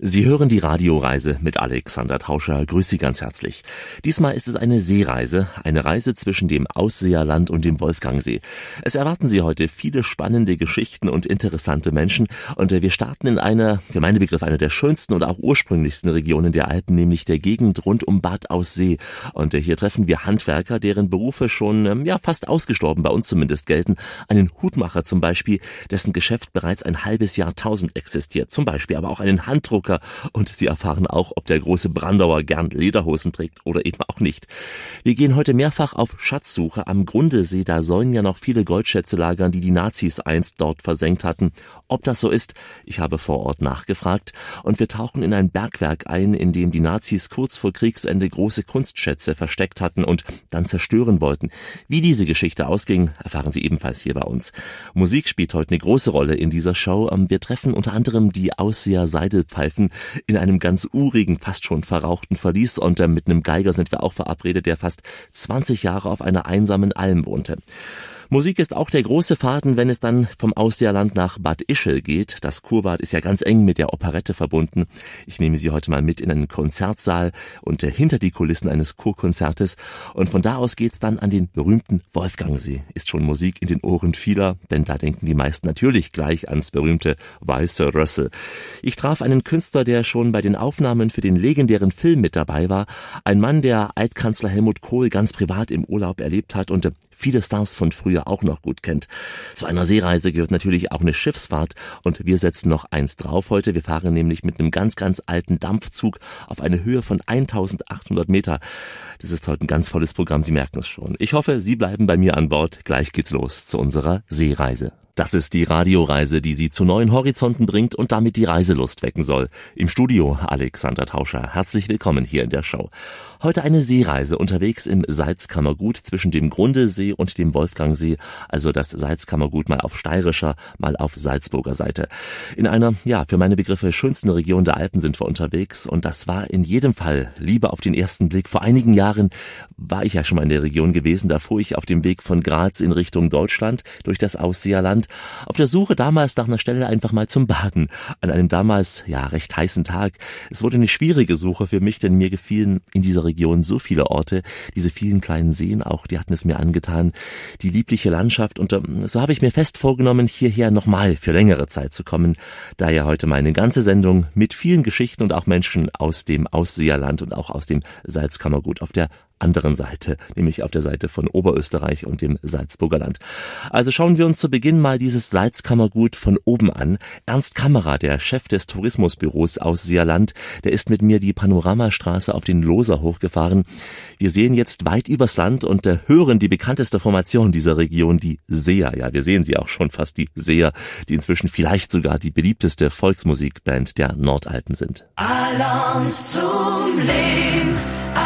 Sie hören die Radioreise mit Alexander Tauscher. Grüß Sie ganz herzlich. Diesmal ist es eine Seereise, eine Reise zwischen dem Ausseerland und dem Wolfgangsee. Es erwarten Sie heute viele spannende Geschichten und interessante Menschen. Und wir starten in einer, für meine Begriffe, einer der schönsten und auch ursprünglichsten Regionen der Alpen, nämlich der Gegend rund um Bad Aussee. Und hier treffen wir Handwerker, deren Berufe schon fast ausgestorben, bei uns zumindest gelten. Einen Hutmacher zum Beispiel, dessen Geschäft bereits ein halbes Jahrtausend existiert. Zum Beispiel aber auch einen Handdrucker. Und Sie erfahren auch, ob der große Brandauer gern Lederhosen trägt oder eben auch nicht. Wir gehen heute mehrfach auf Schatzsuche am Grundesee. Da sollen ja noch viele Goldschätze lagern, die die Nazis einst dort versenkt hatten. Ob das so ist, ich habe vor Ort nachgefragt. Und wir tauchen in ein Bergwerk ein, in dem die Nazis kurz vor Kriegsende große Kunstschätze versteckt hatten und dann zerstören wollten. Wie diese Geschichte ausging, erfahren Sie ebenfalls hier bei uns. Musik spielt heute eine große Rolle in dieser Show. Wir treffen unter anderem die Ausseer Seidelpfeifen in einem ganz urigen, fast schon verrauchten Verlies, und mit einem Geiger sind wir auch verabredet, der fast 20 Jahre auf einer einsamen Alm wohnte. Musik ist auch der große Faden, wenn es dann vom Ausseerland nach Bad Ischl geht. Das Kurbad ist ja ganz eng mit der Operette verbunden. Ich nehme Sie heute mal mit in einen Konzertsaal und hinter die Kulissen eines Kurkonzertes. Und von da aus geht's dann an den berühmten Wolfgangsee. Ist schon Musik in den Ohren vieler, denn da denken die meisten natürlich gleich ans berühmte Weiße Rössel. Ich traf einen Künstler, der schon bei den Aufnahmen für den legendären Film mit dabei war. Ein Mann, der Altkanzler Helmut Kohl ganz privat im Urlaub erlebt hat und viele Stars von früher auch noch gut kennt. Zu einer Seereise gehört natürlich auch eine Schiffsfahrt, und wir setzen noch eins drauf heute. Wir fahren nämlich mit einem ganz, ganz alten Dampfzug auf eine Höhe von 1800 Meter. Das ist heute ein ganz volles Programm, Sie merken es schon. Ich hoffe, Sie bleiben bei mir an Bord. Gleich geht's los zu unserer Seereise. Das ist die Radioreise, die Sie zu neuen Horizonten bringt und damit die Reiselust wecken soll. Im Studio Alexander Tauscher. Herzlich willkommen hier in der Show. Heute eine Seereise unterwegs im Salzkammergut zwischen dem Grundesee und dem Wolfgangsee. Also das Salzkammergut mal auf steirischer, mal auf Salzburger Seite. In einer, für meine Begriffe schönsten Region der Alpen sind wir unterwegs. Und das war in jedem Fall Liebe auf den ersten Blick. Vor einigen Jahren war ich ja schon mal in der Region gewesen. Da fuhr ich auf dem Weg von Graz in Richtung Deutschland durch das Ausseerland. Auf der Suche damals nach einer Stelle einfach mal zum Baden. An einem damals, recht heißen Tag. Es wurde eine schwierige Suche für mich, denn mir gefielen in dieser Region so viele Orte. Diese vielen kleinen Seen auch, die hatten es mir angetan. Die liebliche Landschaft, und so habe ich mir fest vorgenommen, hierher nochmal für längere Zeit zu kommen. Daher heute meine ganze Sendung mit vielen Geschichten und auch Menschen aus dem Ausseerland und auch aus dem Salzkammergut auf der anderen Seite, nämlich auf der Seite von Oberösterreich und dem Salzburger Land. Also schauen wir uns zu Beginn mal dieses Salzkammergut von oben an. Ernst Kammerer, der Chef des Tourismusbüros Ausseerland, der ist mit mir die Panoramastraße auf den Loser hochgefahren. Wir sehen jetzt weit übers Land und hören die bekannteste Formation dieser Region, die Seer. Ja, wir sehen sie auch schon fast, die Seer, die inzwischen vielleicht sogar die beliebteste Volksmusikband der Nordalpen sind. Alland zum Leben,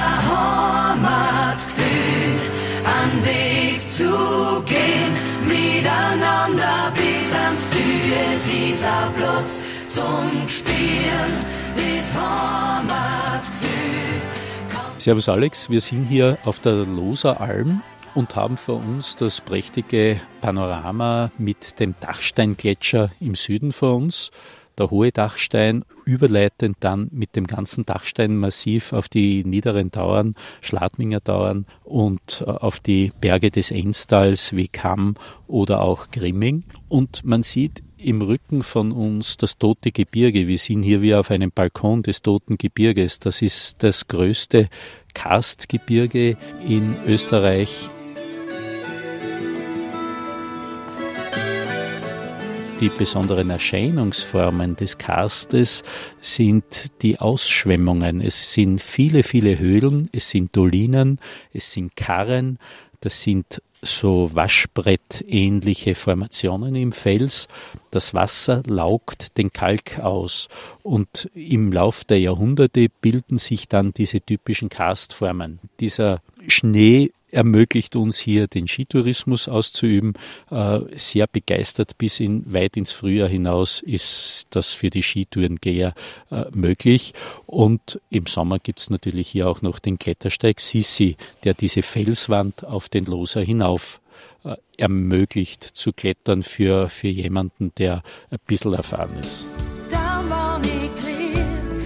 Heimatgefühl, einen Weg zu gehen, miteinander bis ans Ziel. Es ist ein Platz zum Spielen, das Heimatgefühl. Servus Alex, wir sind hier auf der Loser Alm und haben vor uns das prächtige Panorama mit dem Dachsteingletscher im Süden vor uns. Der hohe Dachstein, überleitend dann mit dem ganzen Dachsteinmassiv auf die niederen Tauern, Schladminger Tauern und auf die Berge des Ennstals wie Kamm oder auch Grimming. Und man sieht im Rücken von uns das Tote Gebirge. Wir sind hier wie auf einem Balkon des Toten Gebirges. Das ist das größte Karstgebirge in Österreich. Die besonderen Erscheinungsformen des Karstes sind die Ausschwemmungen. Es sind viele, viele Höhlen, es sind Dolinen, es sind Karren, das sind so Waschbrett-ähnliche Formationen im Fels. Das Wasser laugt den Kalk aus und im Lauf der Jahrhunderte bilden sich dann diese typischen Karstformen. Dieser Schnee ermöglicht uns hier den Skitourismus auszuüben. Sehr begeistert bis weit ins Frühjahr hinaus ist das für die Skitourengeher möglich. Und im Sommer gibt es natürlich hier auch noch den Klettersteig Sissi, der diese Felswand auf den Loser hinauf ermöglicht zu klettern für jemanden, der ein bisschen erfahren ist. Dann war ich klein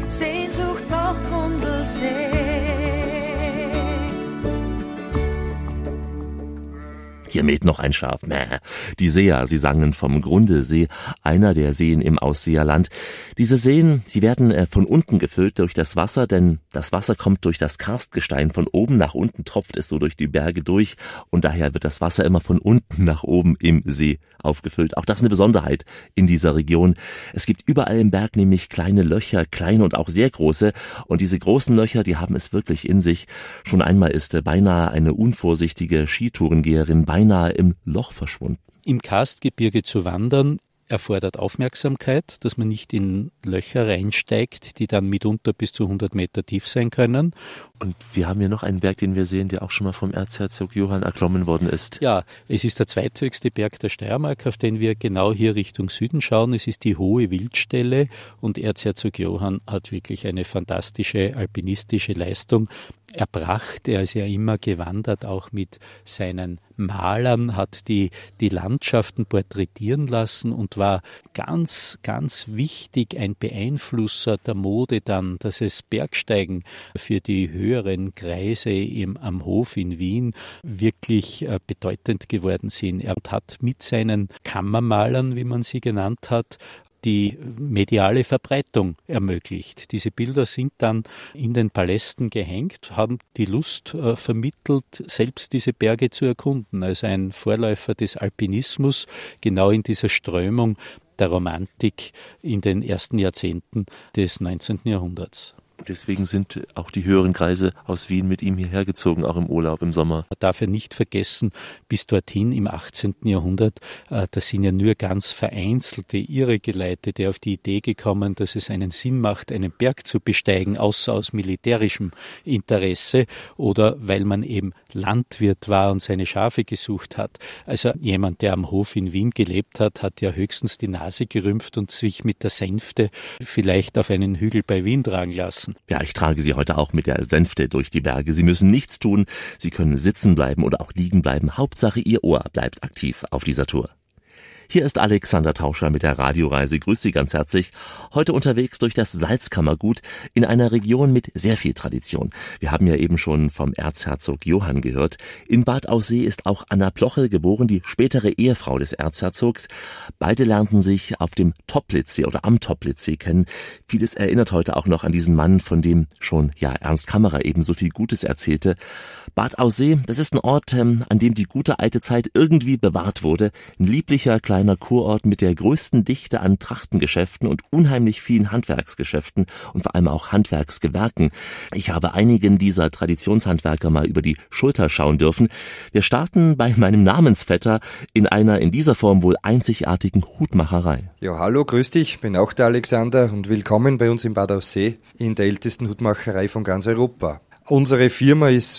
Hier mäht noch ein Schaf. Mäh. Die Seher, sie sangen vom Grundesee, einer der Seen im Ausseerland. Diese Seen, sie werden von unten gefüllt durch das Wasser, denn das Wasser kommt durch das Karstgestein. Von oben nach unten tropft es so durch die Berge durch und daher wird das Wasser immer von unten nach oben im See aufgefüllt. Auch das ist eine Besonderheit in dieser Region. Es gibt überall im Berg nämlich kleine Löcher, kleine und auch sehr große. Und diese großen Löcher, die haben es wirklich in sich. Schon einmal ist beinahe eine unvorsichtige Skitourengeherin beinahe im Loch verschwunden. Im Karstgebirge zu wandern erfordert Aufmerksamkeit, dass man nicht in Löcher reinsteigt, die dann mitunter bis zu 100 Meter tief sein können. Und wir haben hier noch einen Berg, den wir sehen, der auch schon mal vom Erzherzog Johann erklommen worden ist. Ja, es ist der zweithöchste Berg der Steiermark, auf den wir genau hier Richtung Süden schauen. Es ist die Hohe Wildstelle und Erzherzog Johann hat wirklich eine fantastische alpinistische Leistung erbracht. Er ist ja immer gewandert, auch mit seinen Malern, hat die Landschaften porträtieren lassen und war ganz, ganz wichtig, ein Beeinflusser der Mode dann, dass es Bergsteigen für die höheren Kreise am Hof in Wien wirklich bedeutend geworden sind. Er hat mit seinen Kammermalern, wie man sie genannt hat, die mediale Verbreitung ermöglicht. Diese Bilder sind dann in den Palästen gehängt, haben die Lust vermittelt, selbst diese Berge zu erkunden. Also ein Vorläufer des Alpinismus, genau in dieser Strömung der Romantik in den ersten Jahrzehnten des 19. Jahrhunderts. Deswegen sind auch die höheren Kreise aus Wien mit ihm hierher gezogen, auch im Urlaub, im Sommer. Man darf ja nicht vergessen, bis dorthin im 18. Jahrhundert, da sind ja nur ganz vereinzelte Irregeleitete auf die Idee gekommen, dass es einen Sinn macht, einen Berg zu besteigen, außer aus militärischem Interesse oder weil man eben Landwirt war und seine Schafe gesucht hat. Also jemand, der am Hof in Wien gelebt hat, hat ja höchstens die Nase gerümpft und sich mit der Sänfte vielleicht auf einen Hügel bei Wien tragen lassen. Ja, ich trage Sie heute auch mit der Sänfte durch die Berge. Sie müssen nichts tun, Sie können sitzen bleiben oder auch liegen bleiben. Hauptsache Ihr Ohr bleibt aktiv auf dieser Tour. Hier ist Alexander Tauscher mit der Radioreise. Grüß Sie ganz herzlich. Heute unterwegs durch das Salzkammergut in einer Region mit sehr viel Tradition. Wir haben ja eben schon vom Erzherzog Johann gehört. In Bad Aussee ist auch Anna Ploche geboren, die spätere Ehefrau des Erzherzogs. Beide lernten sich auf dem Toplitzsee oder am Toplitzsee kennen. Vieles erinnert heute auch noch an diesen Mann, von dem schon Ernst Kammerer eben so viel Gutes erzählte. Bad Aussee, das ist ein Ort, an dem die gute alte Zeit irgendwie bewahrt wurde. Ein lieblicher kleiner Kurort mit der größten Dichte an Trachtengeschäften und unheimlich vielen Handwerksgeschäften und vor allem auch Handwerksgewerken. Ich habe einigen dieser Traditionshandwerker mal über die Schulter schauen dürfen. Wir starten bei meinem Namensvetter in einer in dieser Form wohl einzigartigen Hutmacherei. Ja, hallo, grüß dich, bin auch der Alexander und willkommen bei uns in Bad Aussee in der ältesten Hutmacherei von ganz Europa. Unsere Firma ist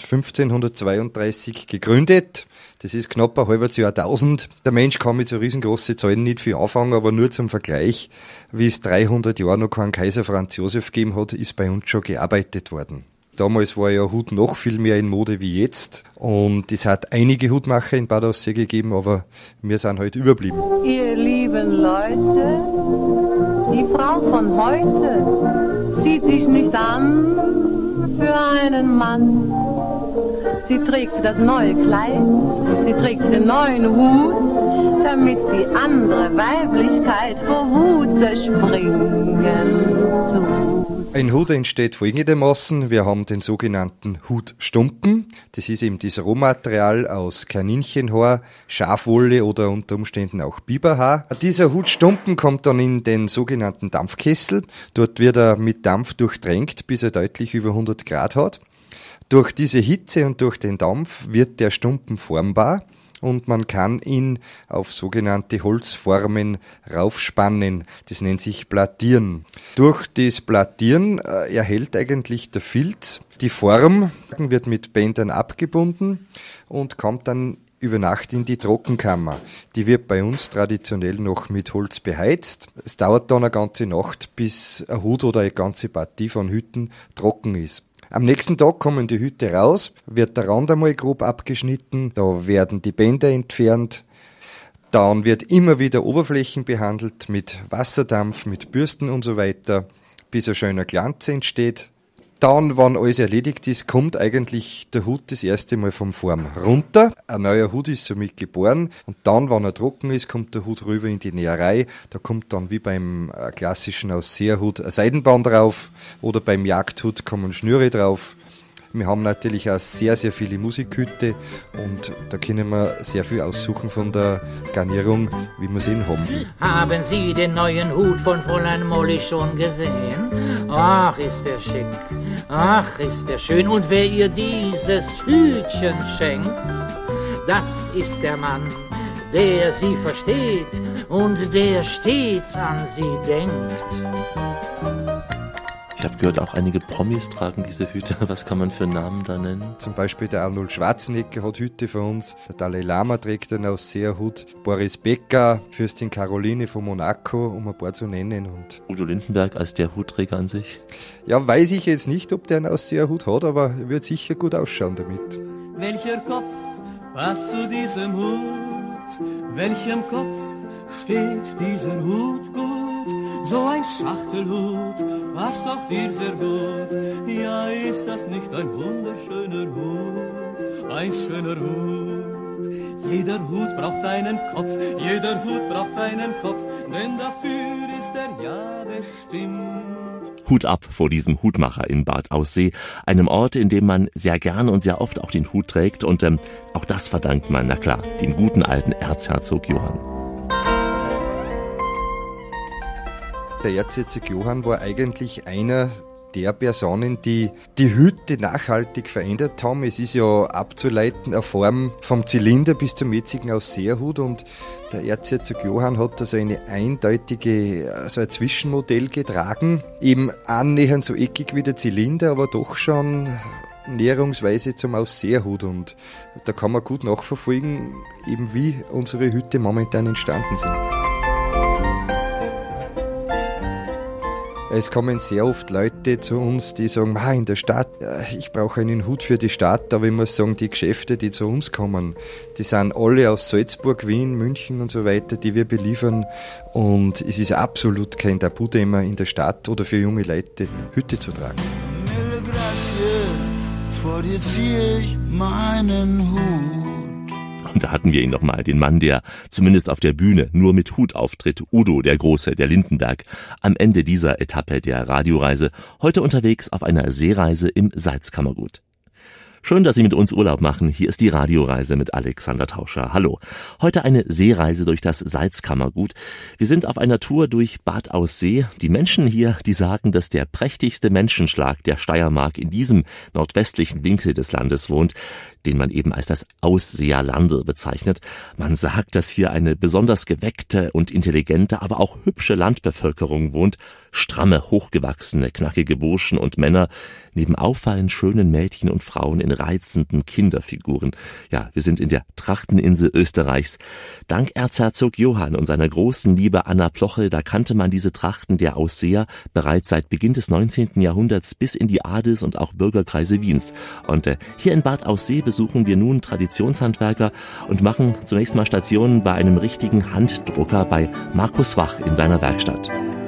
1532 gegründet. Das ist knapp ein halbes Jahrtausend. Der Mensch kann mit so riesengroßen Zahlen nicht viel anfangen, aber nur zum Vergleich, wie es 300 Jahre noch keinen Kaiser Franz Josef gegeben hat, ist bei uns schon gearbeitet worden. Damals war ja Hut noch viel mehr in Mode wie jetzt und es hat einige Hutmacher in Bad Aussee gegeben, aber wir sind halt überblieben. Ihr lieben Leute, die Frau von heute zieht sich nicht an für einen Mann. Sie trägt das neue Kleid, sie trägt den neuen Hut, damit die andere Weiblichkeit vor Wut zerspringen tut. Ein Hut entsteht folgendermaßen. Wir haben den sogenannten Hutstumpen. Das ist eben das Rohmaterial aus Kaninchenhaar, Schafwolle oder unter Umständen auch Biberhaar. Dieser Hutstumpen kommt dann in den sogenannten Dampfkessel. Dort wird er mit Dampf durchtränkt, bis er deutlich über 100 Grad hat. Durch diese Hitze und durch den Dampf wird der Stumpen formbar und man kann ihn auf sogenannte Holzformen raufspannen. Das nennt sich Plattieren. Durch das Plattieren erhält eigentlich der Filz die Form, wird mit Bändern abgebunden und kommt dann über Nacht in die Trockenkammer. Die wird bei uns traditionell noch mit Holz beheizt. Es dauert dann eine ganze Nacht, bis ein Hut oder eine ganze Partie von Hüten trocken ist. Am nächsten Tag kommen die Hüte raus, wird der Rand einmal grob abgeschnitten, da werden die Bänder entfernt, dann wird immer wieder Oberflächen behandelt mit Wasserdampf, mit Bürsten und so weiter, bis ein schöner Glanz entsteht. Dann, wenn alles erledigt ist, kommt eigentlich der Hut das erste Mal vom Form runter. Ein neuer Hut ist somit geboren. Und dann, wenn er trocken ist, kommt der Hut rüber in die Näherei. Da kommt dann wie beim klassischen Ausseherhut ein Seidenband drauf oder beim Jagdhut kommen Schnüre drauf. Wir haben natürlich auch sehr, sehr viele Musikhüte und da können wir sehr viel aussuchen von der Garnierung, wie wir es eben haben. Haben Sie den neuen Hut von Fräulein Molly schon gesehen? Ach, ist der schick, ach, ist der schön. Und wer ihr dieses Hütchen schenkt, das ist der Mann, der sie versteht und der stets an sie denkt. Ich habe gehört, auch einige Promis tragen diese Hüte. Was kann man für Namen da nennen? Zum Beispiel der Arnold Schwarzenegger hat Hüte für uns, der Dalai Lama trägt einen Ausseherhut, Boris Becker, Fürstin Caroline von Monaco, um ein paar zu nennen. Und Udo Lindenberg als der Hutträger an sich? Ja, weiß ich jetzt nicht, ob der einen Ausseherhut hat, aber er wird sicher gut ausschauen damit. Welcher Kopf passt zu diesem Hut? Welchem Kopf steht dieser Hut gut? So ein Schachtelhut passt doch dir sehr gut. Ja, ist das nicht ein wunderschöner Hut? Ein schöner Hut. Jeder Hut braucht einen Kopf, jeder Hut braucht einen Kopf, denn dafür ist er ja bestimmt. Hut ab vor diesem Hutmacher in Bad Aussee, einem Ort, in dem man sehr gern und sehr oft auch den Hut trägt. Und auch das verdankt man, na klar, dem guten alten Erzherzog Johann. Der Erzherzog Johann war eigentlich einer der Personen, die die Hüte nachhaltig verändert haben. Es ist ja abzuleiten eine Form vom Zylinder bis zum jetzigen Ausseherhut und der Erzherzog Johann hat also eine eindeutige, ein Zwischenmodell getragen, eben annähernd so eckig wie der Zylinder, aber doch schon näherungsweise zum Ausseherhut und da kann man gut nachverfolgen, eben wie unsere Hüte momentan entstanden sind. Es kommen sehr oft Leute zu uns, die sagen, in der Stadt, ich brauche einen Hut für die Stadt, aber ich muss sagen, die Geschäfte, die zu uns kommen, die sind alle aus Salzburg, Wien, München und so weiter, die wir beliefern und es ist absolut kein Tabuthema in der Stadt oder für junge Leute Hüte zu tragen. Mille grazie, vor dir ziehe ich meinen Hut. Und da hatten wir ihn nochmal, den Mann, der zumindest auf der Bühne nur mit Hut auftritt, Udo der Große, der Lindenberg, am Ende dieser Etappe der Radioreise, heute unterwegs auf einer Seereise im Salzkammergut. Schön, dass Sie mit uns Urlaub machen. Hier ist die Radioreise mit Alexander Tauscher. Hallo. Heute eine Seereise durch das Salzkammergut. Wir sind auf einer Tour durch Bad Aussee. Die Menschen hier, die sagen, dass der prächtigste Menschenschlag der Steiermark in diesem nordwestlichen Winkel des Landes wohnt, den man eben als das Ausseerlande bezeichnet. Man sagt, dass hier eine besonders geweckte und intelligente, aber auch hübsche Landbevölkerung wohnt. Stramme, hochgewachsene, knackige Burschen und Männer, neben auffallend schönen Mädchen und Frauen in reizenden Kinderfiguren. Ja, wir sind in der Trachteninsel Österreichs. Dank Erzherzog Johann und seiner großen Liebe Anna Ploche, da kannte man diese Trachten der Ausseer bereits seit Beginn des 19. Jahrhunderts bis in die Adels- und auch Bürgerkreise Wiens. Und hier in Bad Aussee besuchen wir nun Traditionshandwerker und machen zunächst mal Stationen bei einem richtigen Handdrucker bei Markus Wach in seiner Werkstatt.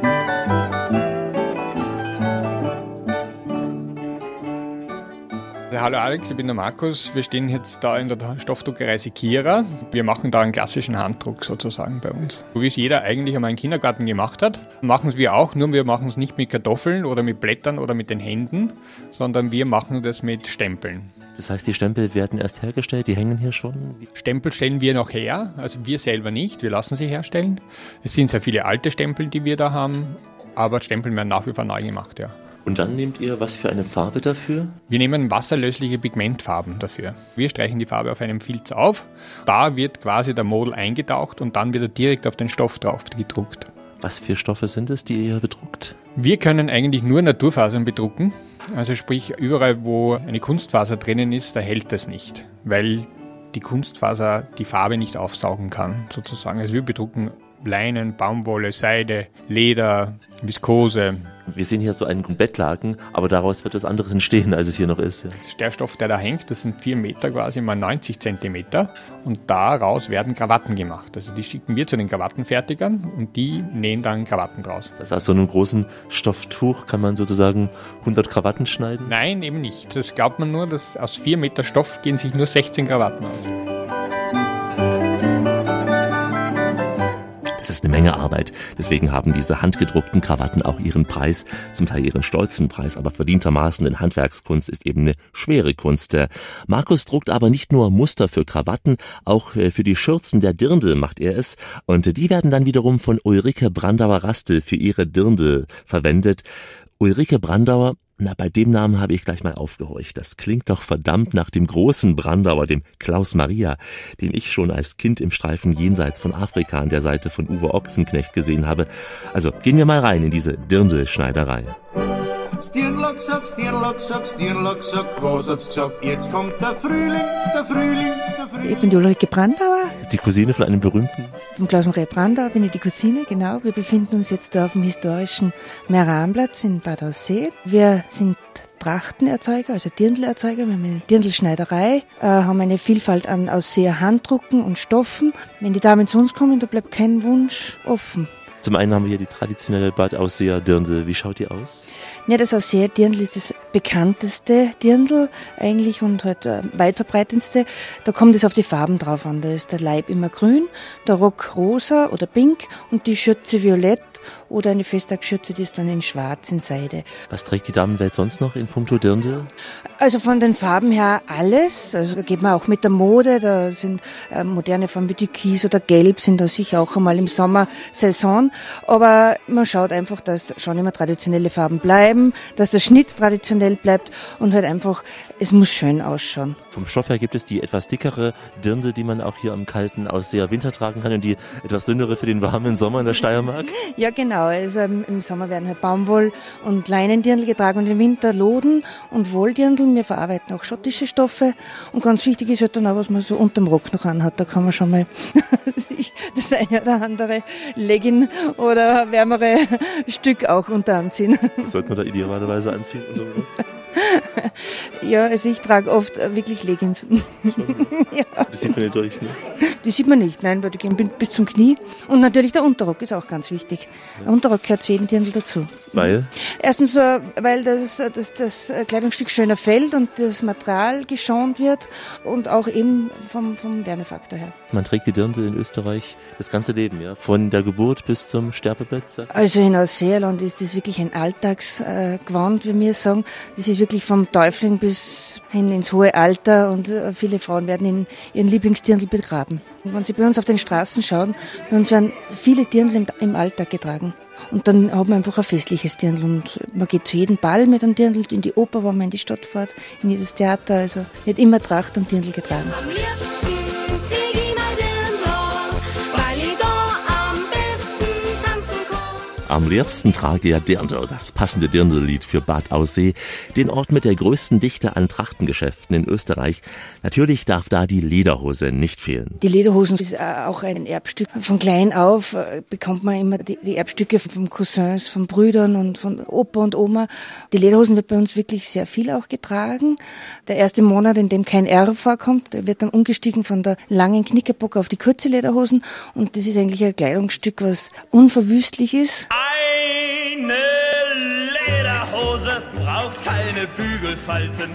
Hallo Alex, ich bin der Markus. Wir stehen jetzt da in der Stoffdruckerei Sekira. Wir machen da einen klassischen Handdruck sozusagen bei uns. So wie es jeder eigentlich einmal im Kindergarten gemacht hat, machen es wir auch, nur wir machen es nicht mit Kartoffeln oder mit Blättern oder mit den Händen, sondern wir machen das mit Stempeln. Das heißt, die Stempel werden erst hergestellt, die hängen hier schon? Stempel stellen wir noch her, also wir selber nicht, wir lassen sie herstellen. Es sind sehr viele alte Stempel, die wir da haben, aber Stempel werden nach wie vor neu gemacht, ja. Und dann nehmt ihr was für eine Farbe dafür? Wir nehmen wasserlösliche Pigmentfarben dafür. Wir streichen die Farbe auf einem Filz auf. Da wird quasi der Model eingetaucht und dann wird er direkt auf den Stoff drauf gedruckt. Was für Stoffe sind es, die ihr bedruckt? Wir können eigentlich nur Naturfasern bedrucken. Also sprich, überall wo eine Kunstfaser drinnen ist, da hält das nicht. Weil die Kunstfaser die Farbe nicht aufsaugen kann, sozusagen. Also wir bedrucken Leinen, Baumwolle, Seide, Leder, Viskose, Wir sehen hier so einen Bettlaken, aber daraus wird das andere entstehen, als es hier noch ist. Ja. Der Stoff, der da hängt, das sind 4 Meter quasi mal 90 Zentimeter und daraus werden Krawatten gemacht. Also die schicken wir zu den Krawattenfertigern und die nähen dann Krawatten draus. Das heißt, aus so einem großen Stofftuch kann man sozusagen 100 Krawatten schneiden? Nein, eben nicht. Das glaubt man nur, dass aus 4 Meter Stoff gehen sich nur 16 Krawatten aus. Das ist eine Menge Arbeit. Deswegen haben diese handgedruckten Krawatten auch ihren Preis, zum Teil ihren stolzen Preis, aber verdientermaßen, denn Handwerkskunst ist eben eine schwere Kunst. Markus druckt aber nicht nur Muster für Krawatten, auch für die Schürzen der Dirndl macht er es. Und die werden dann wiederum von Ulrike Brandauer-Rastel für ihre Dirndl verwendet. Ulrike Brandauer, na, bei dem Namen habe ich gleich mal aufgehorcht. Das klingt doch verdammt nach dem großen Brandauer, dem Klaus Maria, den ich schon als Kind im Streifen jenseits von Afrika an der Seite von Uwe Ochsenknecht gesehen habe. Also gehen wir mal rein in diese Dirndl-Schneiderei. Stirnlock, Stirnlock, Stirnlock, Rosatzzock, jetzt kommt der Frühling, der Frühling, der Frühling. Ich bin die Ulrike Brandauer. Die Cousine von einem berühmten? Von Klaus Maria Brandauer bin ich die Cousine, genau. Wir befinden uns jetzt da auf dem historischen Meranplatz in Bad Aussee. Wir sind Trachtenerzeuger, also Dirndlererzeuger. Wir haben eine Dirndlschneiderei, haben eine Vielfalt an Ausseer Handdrucken und Stoffen. Wenn die Damen zu uns kommen, da bleibt kein Wunsch offen. Zum einen haben wir hier die traditionelle Bad Ausseer Dirndl. Wie schaut die aus? Ja, das Ausseer Dirndl ist das bekannteste Dirndl eigentlich und halt weit verbreitendste. Da kommt es auf die Farben drauf an. Da ist der Leib immer grün, der Rock rosa oder pink und die Schürze violett oder eine Festtagsschürze, die ist dann in schwarz, in Seide. Was trägt die Damenwelt sonst noch in puncto Dirndl? Also von den Farben her alles. Also da geht man auch mit der Mode. Da sind moderne Farben wie Türkis oder Gelb sind da sicher auch einmal im Sommer Saison. Aber man schaut einfach, dass schon immer traditionelle Farben bleiben, dass der Schnitt traditionell bleibt und halt einfach, es muss schön ausschauen. Vom Stoff her gibt es die etwas dickere Dirndl, die man auch hier am kalten Ausseer Winter tragen kann und die etwas dünnere für den warmen Sommer in der Steiermark? Ja, genau. Also im Sommer werden halt Baumwoll- und Leinendirndl getragen und im Winter Loden und Wolldirndl. Wir verarbeiten auch schottische Stoffe und ganz wichtig ist halt dann auch, was man so unterm Rock noch anhat. Da kann man schon mal das eine oder andere Legging oder wärmere Stück auch unter anziehen. Was sollte man da idealerweise anziehen? Ja, also ich trage oft wirklich Leggings. Ja. Das sieht man nicht durch, ne? Die sieht man nicht, nein, weil die gehen bis zum Knie. Und natürlich der Unterrock ist auch ganz wichtig. Der Unterrock gehört zu jedem Dirndl dazu. Weil? Erstens, weil das Kleidungsstück schöner fällt und das Material geschont wird und auch eben vom Wärmefaktor her. Man trägt die Dirndl in Österreich das ganze Leben, ja? Von der Geburt bis zum Sterbebett? Also in Ausseerland ist das wirklich ein Alltagsgewand, wie wir sagen. Das ist wirklich vom Täufling bis hin ins hohe Alter und viele Frauen werden in ihren Lieblingsdirndl begraben. Und wenn Sie bei uns auf den Straßen schauen, bei uns werden viele Dirndl im Alltag getragen. Und dann hat man einfach ein festliches Dirndl und man geht zu jedem Ball mit einem Dirndl, in die Oper, wenn man in die Stadt fährt, in jedes Theater, also wird immer Tracht und Dirndl getragen. Am liebsten trage ja Dirndl, das passende Dirndl-Lied für Bad Aussee, den Ort mit der größten Dichte an Trachtengeschäften in Österreich. Natürlich darf da die Lederhose nicht fehlen. Die Lederhosen ist auch ein Erbstück. Von klein auf bekommt man immer die Erbstücke von Cousins, von Brüdern und von Opa und Oma. Die Lederhosen wird bei uns wirklich sehr viel auch getragen. Der erste Monat, in dem kein R vorkommt, der wird dann umgestiegen von der langen Knickerbocker auf die kurze Lederhosen. Und das ist eigentlich ein Kleidungsstück, was unverwüstlich ist. Eine Lederhose braucht keine Bügelfalten.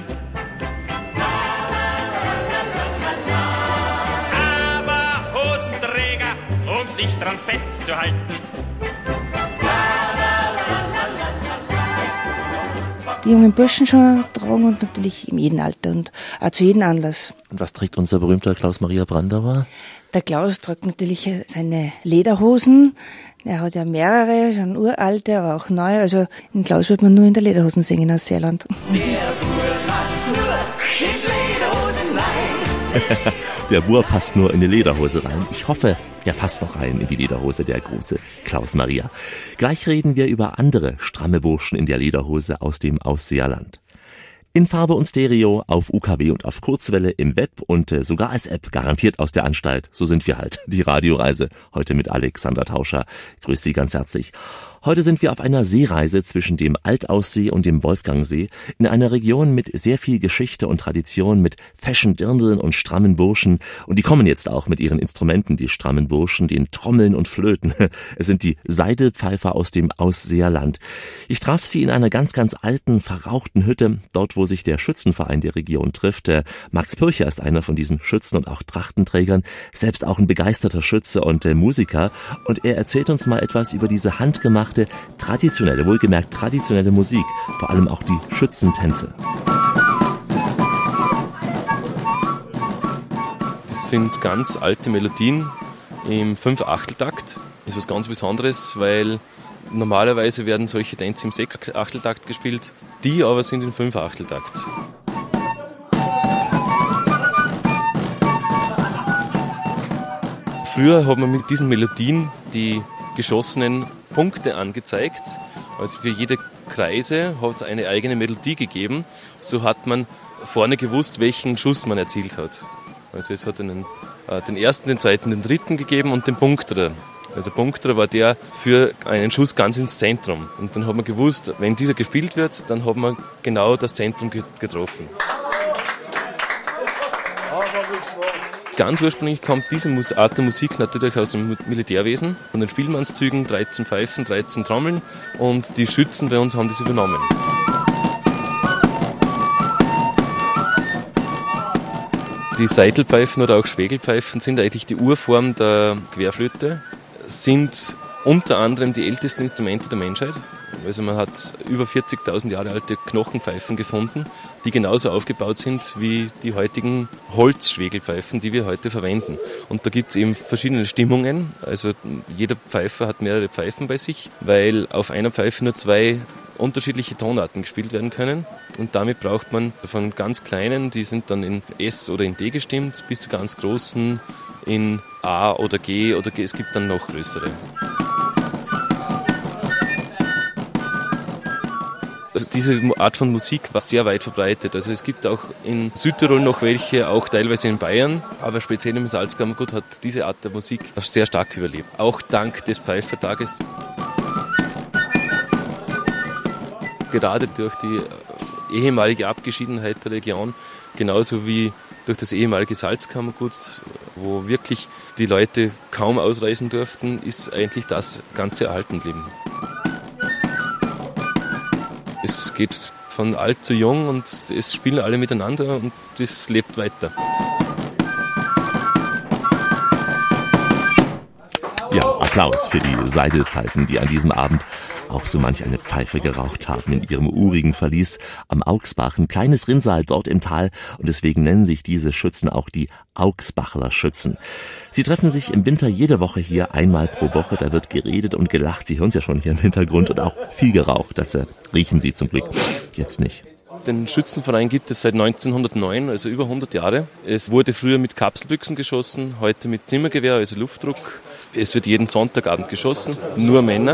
Aber Hosenträger, um sich dran festzuhalten. Die jungen Burschen schon tragen und natürlich in jedem Alter und auch zu jedem Anlass. Und was trägt unser berühmter Klaus Maria Brandauer? Der Klaus trägt natürlich seine Lederhosen. Er hat ja mehrere, schon uralte, aber auch neue. Also den Klaus wird man nur in der Lederhosen singen aus Seeland. Der Bur passt nur in Lederhosen rein. Der Bur passt nur in eine Lederhose rein. Ich hoffe, er passt noch rein in die Lederhose, der große Klaus Maria. Gleich reden wir über andere stramme Burschen in der Lederhose aus dem Ausseerland. In Farbe und Stereo, auf UKW und auf Kurzwelle, im Web und sogar als App, garantiert aus der Anstalt. So sind wir halt. Die Radioreise, heute mit Alexander Tauscher. Grüß Sie ganz herzlich. Heute sind wir auf einer Seereise zwischen dem Altaussee und dem Wolfgangsee in einer Region mit sehr viel Geschichte und Tradition, mit feschen Dirndln und strammen Burschen. Und die kommen jetzt auch mit ihren Instrumenten, die strammen Burschen, den Trommeln und Flöten. Es sind die Seidelpfeifer aus dem Ausseerland. Ich traf sie in einer ganz, ganz alten, verrauchten Hütte, dort wo sich der Schützenverein der Region trifft. Max Pürcher ist einer von diesen Schützen und auch Trachtenträgern, selbst auch ein begeisterter Schütze und Musiker. Und er erzählt uns mal etwas über diese handgemachte, traditionelle, wohlgemerkt traditionelle Musik, vor allem auch die Schützentänze. Das sind ganz alte Melodien im 5/8-Takt. Das ist was ganz Besonderes, weil normalerweise werden solche Tänze im 6/8-Takt gespielt, die aber sind im 5/8-Takt. Früher hat man mit diesen Melodien die geschossenen Punkte angezeigt. Also für jede Kreise hat es eine eigene Melodie gegeben. So hat man vorne gewusst, welchen Schuss man erzielt hat. Also es hat den ersten, den zweiten, den dritten gegeben und den Punkterer. Also der Punkterer war der für einen Schuss ganz ins Zentrum. Und dann hat man gewusst, wenn dieser gespielt wird, dann hat man genau das Zentrum getroffen. Ganz ursprünglich kommt diese Art der Musik natürlich aus dem Militärwesen, von den Spielmannszügen, 13 Pfeifen, 13 Trommeln und die Schützen bei uns haben das übernommen. Die Saitelpfeifen oder auch Schwegelpfeifen sind eigentlich die Urform der Querflöte, sind unter anderem die ältesten Instrumente der Menschheit. Also man hat über 40.000 Jahre alte Knochenpfeifen gefunden, die genauso aufgebaut sind wie die heutigen Holzschwegelpfeifen, die wir heute verwenden. Und da gibt es eben verschiedene Stimmungen. Also jeder Pfeifer hat mehrere Pfeifen bei sich, weil auf einer Pfeife nur 2 unterschiedliche Tonarten gespielt werden können. Und damit braucht man von ganz kleinen, die sind dann in S oder in D gestimmt, bis zu ganz großen in A oder G oder G. Es gibt dann noch größere. Also diese Art von Musik war sehr weit verbreitet. Also es gibt auch in Südtirol noch welche, auch teilweise in Bayern, aber speziell im Salzkammergut hat diese Art der Musik sehr stark überlebt. Auch dank des Pfeifertages. Gerade durch die ehemalige Abgeschiedenheit der Region, genauso wie durch das ehemalige Salzkammergut, wo wirklich die Leute kaum ausreisen durften, ist eigentlich das Ganze erhalten geblieben. Es geht von alt zu jung und es spielen alle miteinander und das lebt weiter. Ja, Applaus für die Seidelpfeifen, die an diesem Abend auch so manch eine Pfeife geraucht haben in ihrem urigen Verlies am Augsbach, ein kleines Rinnsal dort im Tal, und deswegen nennen sich diese Schützen auch die Augsbachler Schützen. Sie treffen sich im Winter jede Woche hier, einmal pro Woche, da wird geredet und gelacht, Sie hören es ja schon hier im Hintergrund, und auch viel geraucht, das riechen Sie zum Glück jetzt nicht. Den Schützenverein gibt es seit 1909, also über 100 Jahre. Es wurde früher mit Kapselbüchsen geschossen, heute mit Zimmergewehr, also Luftdruck. Es wird jeden Sonntagabend geschossen, nur Männer.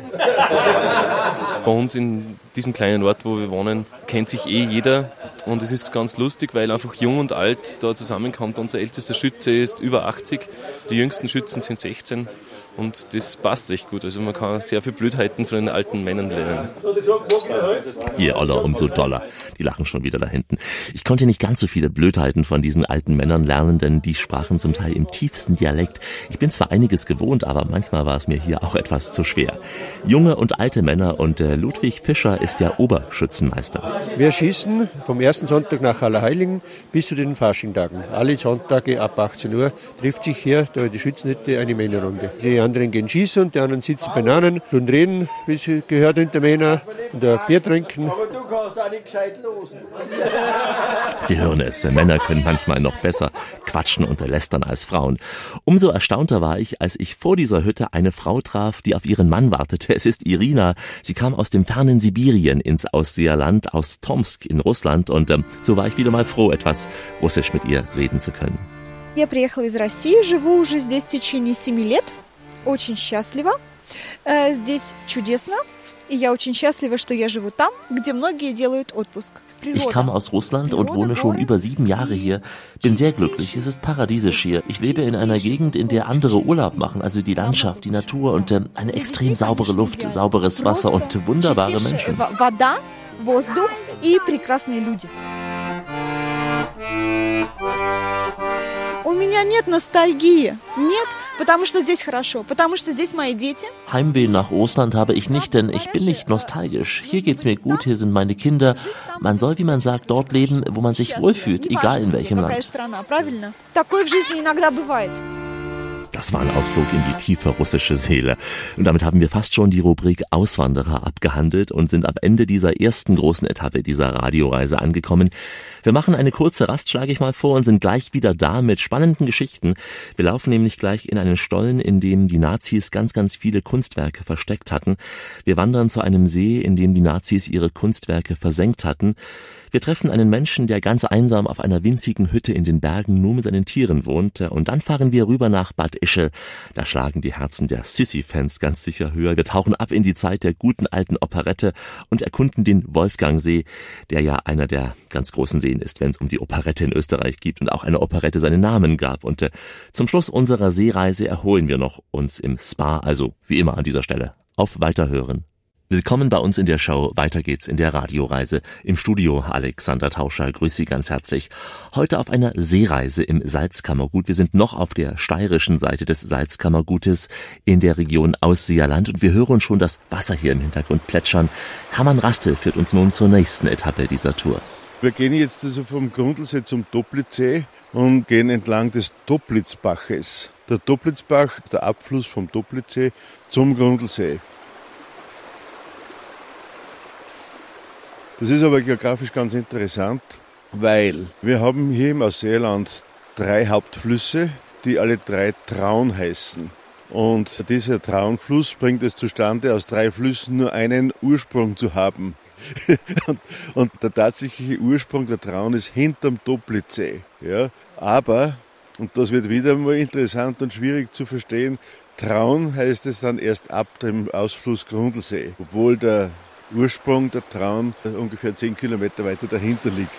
Bei uns in diesem kleinen Ort, wo wir wohnen, kennt sich jeder und es ist ganz lustig, weil einfach jung und alt da zusammenkommt. Unser ältester Schütze ist über 80, die jüngsten Schützen sind 16 und das passt recht gut. Also man kann sehr viel Blödheiten von den alten Männern lernen. Je oller, umso doller. Die lachen schon wieder da hinten. Ich konnte nicht ganz so viele Blödheiten von diesen alten Männern lernen, denn die sprachen zum Teil im tiefsten Dialekt. Ich bin zwar einiges gewohnt, aber manchmal war es mir hier auch etwas zu schwer. Junge und alte Männer, und Ludwig Fischer ist der Oberschützenmeister. Wir schießen vom ersten Sonntag nach Allerheiligen bis zu den Faschingtagen. Alle Sonntage ab 18 Uhr trifft sich hier da in der Schützenhütte eine Männerrunde. Die anderen gehen schießen und die anderen sitzen beieinander und reden, wie es gehört unter Männer, und ein Bier trinken. Aber du kannst auch nicht gescheit losen. Sie hören es, Männer können manchmal noch besser quatschen und lästern als Frauen. Umso erstaunter war ich, als ich vor dieser Hütte eine Frau traf, die auf ihren Mann wartete. Es ist Irina. Sie kam aus dem fernen Sibirien ins Ausseerland, aus Tomsk in Russland, und so war ich wieder mal froh, etwas Russisch mit ihr reden zu können. Я приехала из России, живу уже здесь в течение 7 лет. Очень счастлива. Здесь чудесно. И я очень счастлива, что я живу там, где многие делают отпуск. Ich kam aus Russland und wohne schon über 7 Jahre hier. Bin sehr glücklich. Es ist paradiesisch hier. Ich lebe in einer Gegend, in der andere Urlaub machen. Also die Landschaft, die Natur und eine extrem saubere Luft, sauberes Wasser und wunderbare Menschen. Вода, воздух и прекрасные люди. У меня нет ностальгии. Нет, потому что здесь хорошо, потому что здесь мои дети. Heimweh nach Russland habe ich nicht, denn ich bin nicht nostalgisch. Hier geht's mir gut, hier sind meine Kinder. Man soll, wie man sagt, dort leben, wo man sich wohlfühlt, egal in welchem Land. Такое в жизни иногда бывает. Das war ein Ausflug in die tiefe russische Seele. Und damit haben wir fast schon die Rubrik Auswanderer abgehandelt und sind am Ende dieser ersten großen Etappe dieser Radioreise angekommen. Wir machen eine kurze Rast, schlage ich mal vor, und sind gleich wieder da mit spannenden Geschichten. Wir laufen nämlich gleich in einen Stollen, in dem die Nazis ganz, ganz viele Kunstwerke versteckt hatten. Wir wandern zu einem See, in dem die Nazis ihre Kunstwerke versenkt hatten. Wir treffen einen Menschen, der ganz einsam auf einer winzigen Hütte in den Bergen nur mit seinen Tieren wohnte. Und dann fahren wir rüber nach Bad Ischl. Da schlagen die Herzen der Sissi-Fans ganz sicher höher. Wir tauchen ab in die Zeit der guten alten Operette und erkunden den Wolfgangsee, der ja einer der ganz großen Seen ist, wenn es um die Operette in Österreich geht und auch eine Operette seinen Namen gab. Und zum Schluss unserer Seereise erholen wir noch uns im Spa. Also wie immer an dieser Stelle auf Weiterhören. Willkommen bei uns in der Show. Weiter geht's in der Radioreise. Im Studio Alexander Tauscher. Grüß Sie ganz herzlich. Heute auf einer Seereise im Salzkammergut. Wir sind noch auf der steirischen Seite des Salzkammergutes in der Region Ausseerland und wir hören schon das Wasser hier im Hintergrund plätschern. Hermann Rastel führt uns nun zur nächsten Etappe dieser Tour. Wir gehen jetzt also vom Grundlsee zum Toplitzsee und gehen entlang des Toplitzbaches. Der Toplitzbach, der Abfluss vom Toplitzsee zum Grundlsee. Das ist aber geografisch ganz interessant, weil wir haben hier im Ausseerland 3 Hauptflüsse, die alle 3 Traun heißen. Und dieser Traunfluss bringt es zustande, aus 3 Flüssen nur einen Ursprung zu haben. und der tatsächliche Ursprung der Traun ist hinterm Toplitzsee. Ja? Aber, und das wird wieder mal interessant und schwierig zu verstehen, Traun heißt es dann erst ab dem Ausfluss Grundlsee, obwohl der Ursprung der Traun ungefähr 10 Kilometer weiter dahinter liegt.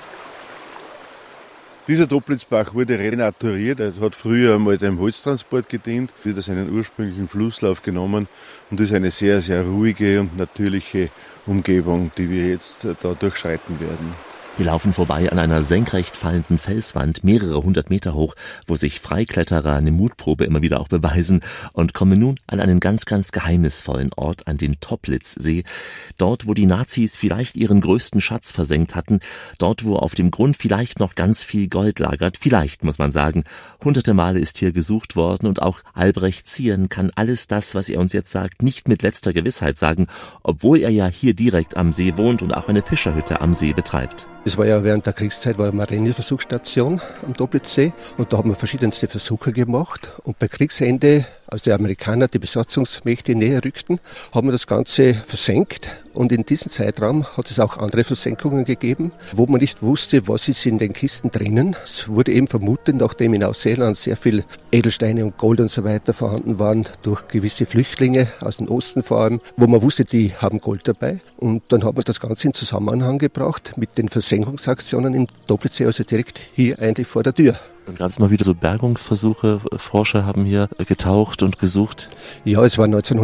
Dieser Toplitzbach wurde renaturiert. Er hat früher einmal dem Holztransport gedient, wieder seinen ursprünglichen Flusslauf genommen und ist eine sehr, sehr ruhige und natürliche Umgebung, die wir jetzt da durchschreiten werden. Wir laufen vorbei an einer senkrecht fallenden Felswand, mehrere 100 Meter hoch, wo sich Freikletterer eine Mutprobe immer wieder auch beweisen und kommen nun an einen ganz, ganz geheimnisvollen Ort, an den Toplitzsee. Dort, wo die Nazis vielleicht ihren größten Schatz versenkt hatten, dort, wo auf dem Grund vielleicht noch ganz viel Gold lagert, vielleicht, muss man sagen. Hunderte Male ist hier gesucht worden und auch Albrecht Zieren kann alles das, was er uns jetzt sagt, nicht mit letzter Gewissheit sagen, obwohl er ja hier direkt am See wohnt und auch eine Fischerhütte am See betreibt. Das war ja während der Kriegszeit eine Marineversuchsstation am Toplitzsee und da haben wir verschiedenste Versuche gemacht und bei Kriegsende, als die Amerikaner die Besatzungsmächte näher rückten, haben wir das Ganze versenkt und in diesem Zeitraum hat es auch andere Versenkungen gegeben, wo man nicht wusste, was ist in den Kisten drinnen. Es wurde eben vermutet, nachdem in Ausseerland sehr viel Edelsteine und Gold und so weiter vorhanden waren, durch gewisse Flüchtlinge aus dem Osten vor allem, wo man wusste, die haben Gold dabei und dann hat man das Ganze in Zusammenhang gebracht mit den Versenkungsaktionen im Toplitzsee, also direkt hier eigentlich vor der Tür. Dann gab es mal wieder so Bergungsversuche, Forscher haben hier getaucht und gesucht. Ja, es war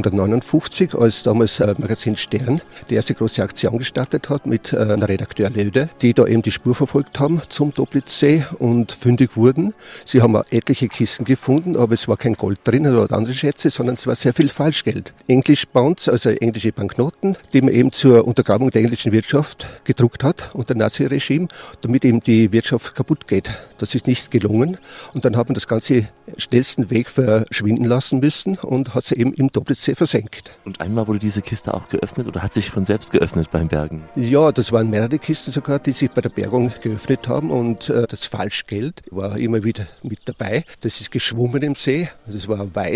1959, als damals Magazin Stern die erste große Aktion gestartet hat mit einer Redakteur Löde, die da eben die Spur verfolgt haben zum Toplitzsee und fündig wurden. Sie haben auch etliche Kisten gefunden, aber es war kein Gold drin oder andere Schätze, sondern es war sehr viel Falschgeld. English Bonds, also englische Banknoten, die man eben zur Untergrabung der englischen Wirtschaft gedruckt hat unter Naziregime, damit eben die Wirtschaft kaputt geht. Das ist nicht gelungen. Und dann hat man das Ganze schnellsten Weg verschwinden lassen müssen und hat sie eben im Toplitzsee versenkt. Und einmal wurde diese Kiste auch geöffnet oder hat sich von selbst geöffnet beim Bergen? Ja, das waren mehrere Kisten sogar, die sich bei der Bergung geöffnet haben und das Falschgeld war immer wieder mit dabei. Das ist geschwommen im See, das war weiß.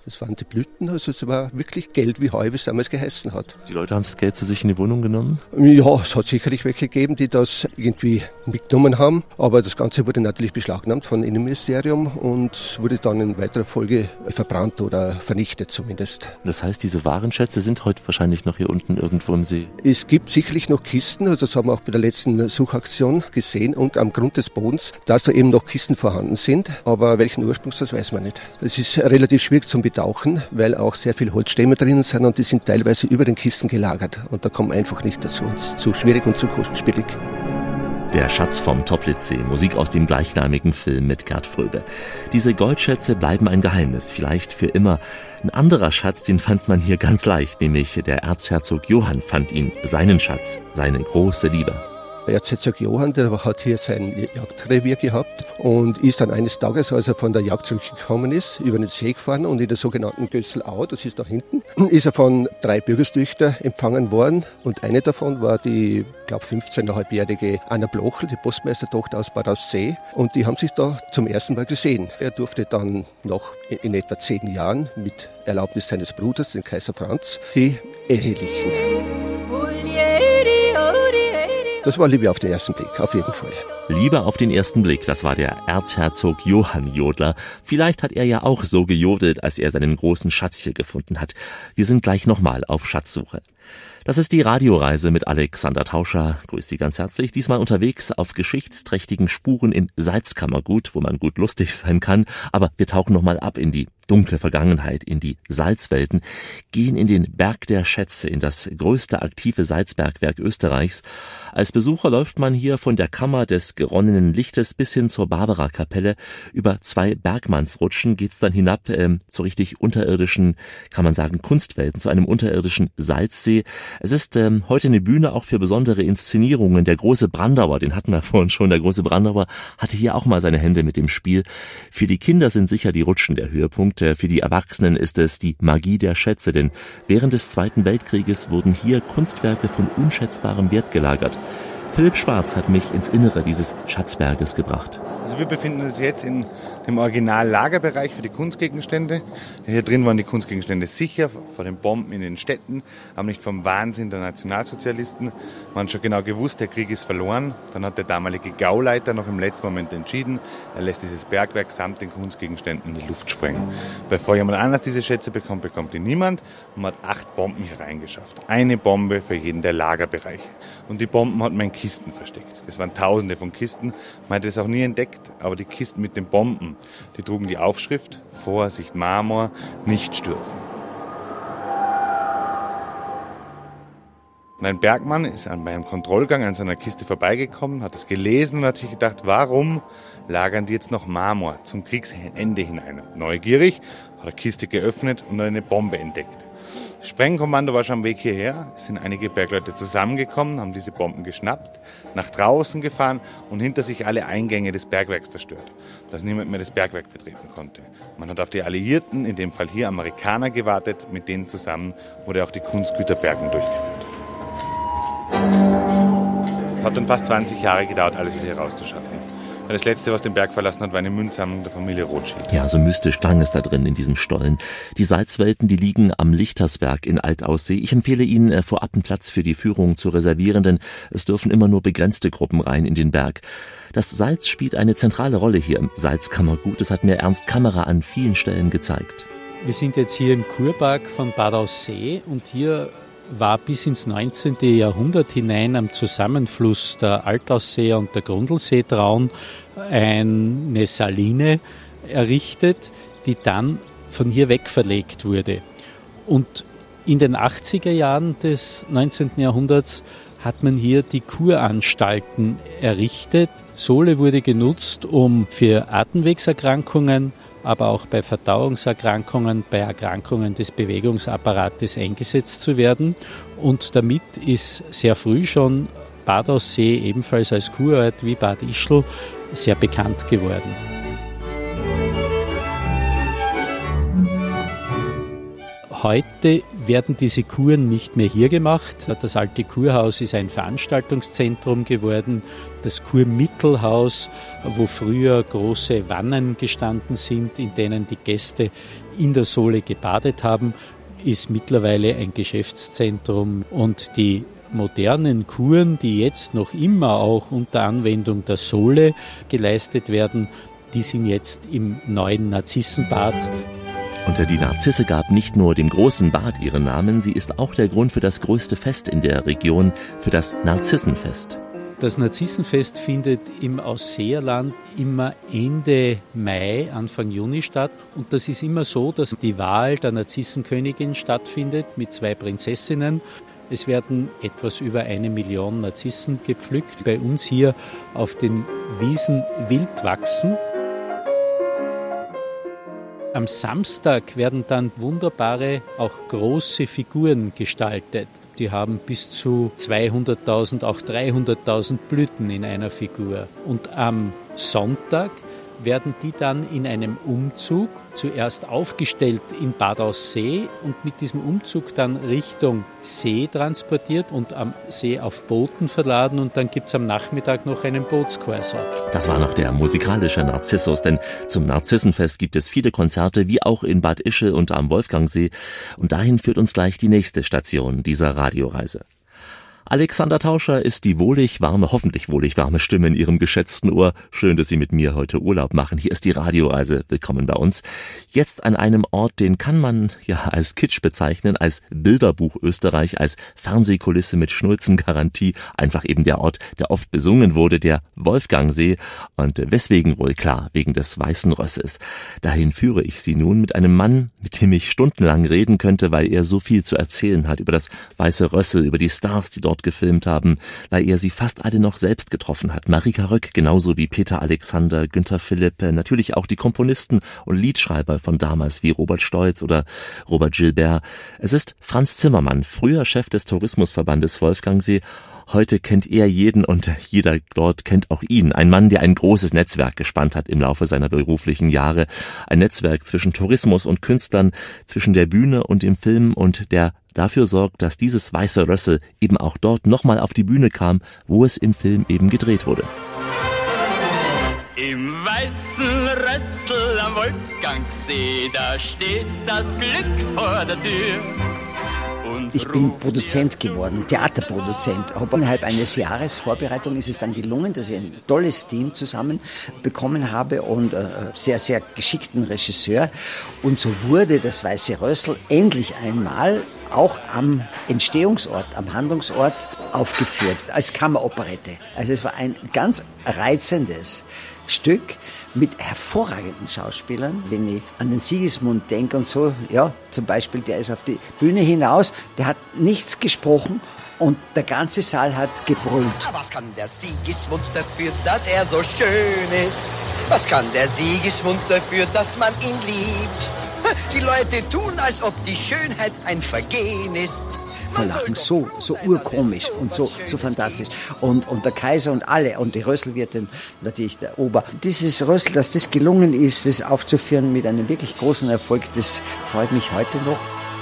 Das waren die Blüten, also es war wirklich Geld wie Heu, wie es damals geheißen hat. Die Leute haben das Geld zu sich in die Wohnung genommen? Ja, es hat sicherlich welche gegeben, die das irgendwie mitgenommen haben, aber das Ganze wurde natürlich beschlagnahmt vom Innenministerium und wurde dann in weiterer Folge verbrannt oder vernichtet zumindest. Das heißt, diese Warenschätze sind heute wahrscheinlich noch hier unten irgendwo im See? Es gibt sicherlich noch Kisten, also das haben wir auch bei der letzten Suchaktion gesehen und am Grund des Bodens, dass da eben noch Kisten vorhanden sind, aber welchen Ursprungs, das weiß man nicht. Es ist relativ schwierig zum Betauchen, weil auch sehr viel Holzstämme drinnen sind und die sind teilweise über den Kisten gelagert und da kommen wir einfach nicht dazu. Es ist zu schwierig und zu kostspielig. Der Schatz vom Toplitzsee, Musik aus dem gleichnamigen Film mit Gerd Fröbe. Diese Goldschätze bleiben ein Geheimnis, vielleicht für immer. Ein anderer Schatz, den fand man hier ganz leicht, nämlich der Erzherzog Johann fand ihn, seinen Schatz, seine große Liebe. Erzherzog Johann, der hat hier sein Jagdrevier gehabt und ist dann eines Tages, als er von der Jagd zurückgekommen ist, über den See gefahren und in der sogenannten Gösselau, das ist da hinten, ist er von 3 Bürgerstöchtern empfangen worden und eine davon war die, glaube 15,5-jährige Anna Blochel, die Postmeistertochter aus Bad Aussee und die haben sich da zum ersten Mal gesehen. Er durfte dann noch in etwa 10 Jahren mit Erlaubnis seines Bruders, den Kaiser Franz, die ehelichen. Das war Liebe auf den ersten Blick, auf jeden Fall. Liebe auf den ersten Blick, das war der Erzherzog Johann Jodler. Vielleicht hat er ja auch so gejodelt, als er seinen großen Schatz hier gefunden hat. Wir sind gleich nochmal auf Schatzsuche. Das ist die Radioreise mit Alexander Tauscher. Grüß Sie ganz herzlich. Diesmal unterwegs auf geschichtsträchtigen Spuren im Salzkammergut, wo man gut lustig sein kann. Aber wir tauchen nochmal ab in die dunkle Vergangenheit, in die Salzwelten, gehen in den Berg der Schätze, in das größte aktive Salzbergwerk Österreichs. Als Besucher läuft man hier von der Kammer des geronnenen Lichtes bis hin zur Barbara-Kapelle. Über 2 Bergmannsrutschen geht's dann hinab zu richtig unterirdischen, kann man sagen, Kunstwelten, zu einem unterirdischen Salzsee. Es ist heute eine Bühne auch für besondere Inszenierungen. Der große Brandauer, den hatten wir vorhin schon, der große Brandauer hatte hier auch mal seine Hände mit dem Spiel. Für die Kinder sind sicher die Rutschen der Höhepunkt. Für die Erwachsenen ist es die Magie der Schätze, denn während des Zweiten Weltkrieges wurden hier Kunstwerke von unschätzbarem Wert gelagert. Philipp Schwarz hat mich ins Innere dieses Schatzberges gebracht. Also wir befinden uns jetzt in dem Originallagerbereich für die Kunstgegenstände. Hier drin waren die Kunstgegenstände sicher vor den Bomben in den Städten, aber nicht vom Wahnsinn der Nationalsozialisten. Man hat schon genau gewusst, der Krieg ist verloren. Dann hat der damalige Gauleiter noch im letzten Moment entschieden, er lässt dieses Bergwerk samt den Kunstgegenständen in die Luft sprengen. Bevor jemand anders diese Schätze bekommt, bekommt die niemand. Und man hat 8 Bomben hier reingeschafft. Eine Bombe für jeden der Lagerbereiche. Und die Bomben hat man in Kisten versteckt. Das waren Tausende von Kisten. Man hat es auch nie entdeckt, aber die Kisten mit den Bomben, die trugen die Aufschrift: Vorsicht Marmor, nicht stürzen. Und ein Bergmann ist bei einem Kontrollgang an so einer Kiste vorbeigekommen, hat es gelesen und hat sich gedacht, warum lagern die jetzt noch Marmor zum Kriegsende hinein? Neugierig hat er die Kiste geöffnet und eine Bombe entdeckt. Das Sprengkommando war schon am Weg hierher. Es sind einige Bergleute zusammengekommen, haben diese Bomben geschnappt, nach draußen gefahren und hinter sich alle Eingänge des Bergwerks zerstört, dass niemand mehr das Bergwerk betreten konnte. Man hat auf die Alliierten, in dem Fall hier Amerikaner, gewartet. Mit denen zusammen wurde auch die Kunstgüterbergung durchgeführt. Hat dann fast 20 Jahre gedauert, alles wieder herauszuschaffen. Das Letzte, was den Berg verlassen hat, war eine Münzsammlung der Familie Rothschild. Ja, so mystisch klang es da drin in diesem Stollen. Die Salzwelten, die liegen am Lichtersberg in Altaussee. Ich empfehle Ihnen, vorab einen Platz für die Führung zu reservieren, denn es dürfen immer nur begrenzte Gruppen rein in den Berg. Das Salz spielt eine zentrale Rolle hier im Salzkammergut. Das hat mir Ernst Kammerer an vielen Stellen gezeigt. Wir sind jetzt hier im Kurpark von Bad Aussee und hier war bis ins 19. Jahrhundert hinein am Zusammenfluss der Altaussee und der Grundlsee-Traun eine Saline errichtet, die dann von hier weg verlegt wurde. Und in den 80er Jahren des 19. Jahrhunderts hat man hier die Kuranstalten errichtet. Sohle wurde genutzt, um für Atemwegserkrankungen, aber auch bei Verdauungserkrankungen, bei Erkrankungen des Bewegungsapparates eingesetzt zu werden. Und damit ist sehr früh schon Bad Aussee ebenfalls als Kurort wie Bad Ischl sehr bekannt geworden. Heute werden diese Kuren nicht mehr hier gemacht. Das alte Kurhaus ist ein Veranstaltungszentrum geworden. Das Kurmittelhaus, wo früher große Wannen gestanden sind, in denen die Gäste in der Sohle gebadet haben, ist mittlerweile ein Geschäftszentrum. Und die modernen Kuren, die jetzt noch immer auch unter Anwendung der Sohle geleistet werden, die sind jetzt im neuen Narzissenbad. Und die Narzisse gab nicht nur dem großen Bad ihren Namen, sie ist auch der Grund für das größte Fest in der Region, für das Narzissenfest. Das Narzissenfest findet im Ausseerland immer Ende Mai, Anfang Juni statt. Und das ist immer so, dass die Wahl der Narzissenkönigin stattfindet mit 2 Prinzessinnen. Es werden etwas über 1 Million Narzissen gepflückt, bei uns hier auf den Wiesen wild wachsen. Am Samstag werden dann wunderbare, auch große Figuren gestaltet. Die haben bis zu 200.000, auch 300.000 Blüten in einer Figur. Und am Sonntag werden die dann in einem Umzug zuerst aufgestellt in Bad Aussee und mit diesem Umzug dann Richtung See transportiert und am See auf Booten verladen, und dann gibt es am Nachmittag noch einen Bootskorso. Das war noch der musikalische Narzissus, denn zum Narzissenfest gibt es viele Konzerte, wie auch in Bad Ischl und am Wolfgangsee, und dahin führt uns gleich die nächste Station dieser Radioreise. Alexander Tauscher ist die hoffentlich wohlig warme Stimme in Ihrem geschätzten Ohr. Schön, dass Sie mit mir heute Urlaub machen. Hier ist die Radioreise. Willkommen bei uns. Jetzt an einem Ort, den kann man ja als Kitsch bezeichnen, als Bilderbuch Österreich, als Fernsehkulisse mit Schnulzengarantie. Einfach eben der Ort, der oft besungen wurde, der Wolfgangsee. Und weswegen wohl? Klar, wegen des Weißen Rösses. Dahin führe ich Sie nun mit einem Mann, mit dem ich stundenlang reden könnte, weil er so viel zu erzählen hat über das Weiße Rössel, über die Stars, die dort gefilmt haben, weil er sie fast alle noch selbst getroffen hat. Marika Röck, genauso wie Peter Alexander, Günther Philipp, natürlich auch die Komponisten und Liedschreiber von damals wie Robert Stolz oder Robert Gilbert. Es ist Franz Zimmermann, früher Chef des Tourismusverbandes Wolfgangsee. Heute kennt er jeden und jeder dort kennt auch ihn. Ein Mann, der ein großes Netzwerk gespannt hat im Laufe seiner beruflichen Jahre. Ein Netzwerk zwischen Tourismus und Künstlern, zwischen der Bühne und dem Film, und der dafür sorgt, dass dieses Weiße Rössel eben auch dort nochmal auf die Bühne kam, wo es im Film eben gedreht wurde. Im Weißen Rössel am Wolfgangsee, da steht das Glück vor der Tür. Ich bin Produzent geworden, Theaterproduzent. Innerhalb eines Jahres Vorbereitung ist es dann gelungen, dass ich ein tolles Team zusammen bekommen habe und sehr, sehr geschickten Regisseur. Und so wurde das Weiße Rössel endlich einmal auch am Entstehungsort, am Handlungsort aufgeführt, als Kammeroperette. Also es war ein ganz reizendes Stück mit hervorragenden Schauspielern. Wenn ich an den Sigismund denke und so, ja, zum Beispiel, der ist auf die Bühne hinaus, der hat nichts gesprochen und der ganze Saal hat gebrüllt. Was kann der Sigismund dafür, dass er so schön ist? Was kann der Sigismund dafür, dass man ihn liebt? Die Leute tun, als ob die Schönheit ein Vergehen ist. Lachen, so urkomisch und so fantastisch. Und der Kaiser und alle, und die Rösselwirtin, natürlich der Ober. Dieses Rössel, dass das gelungen ist, das aufzuführen mit einem wirklich großen Erfolg, das freut mich heute noch.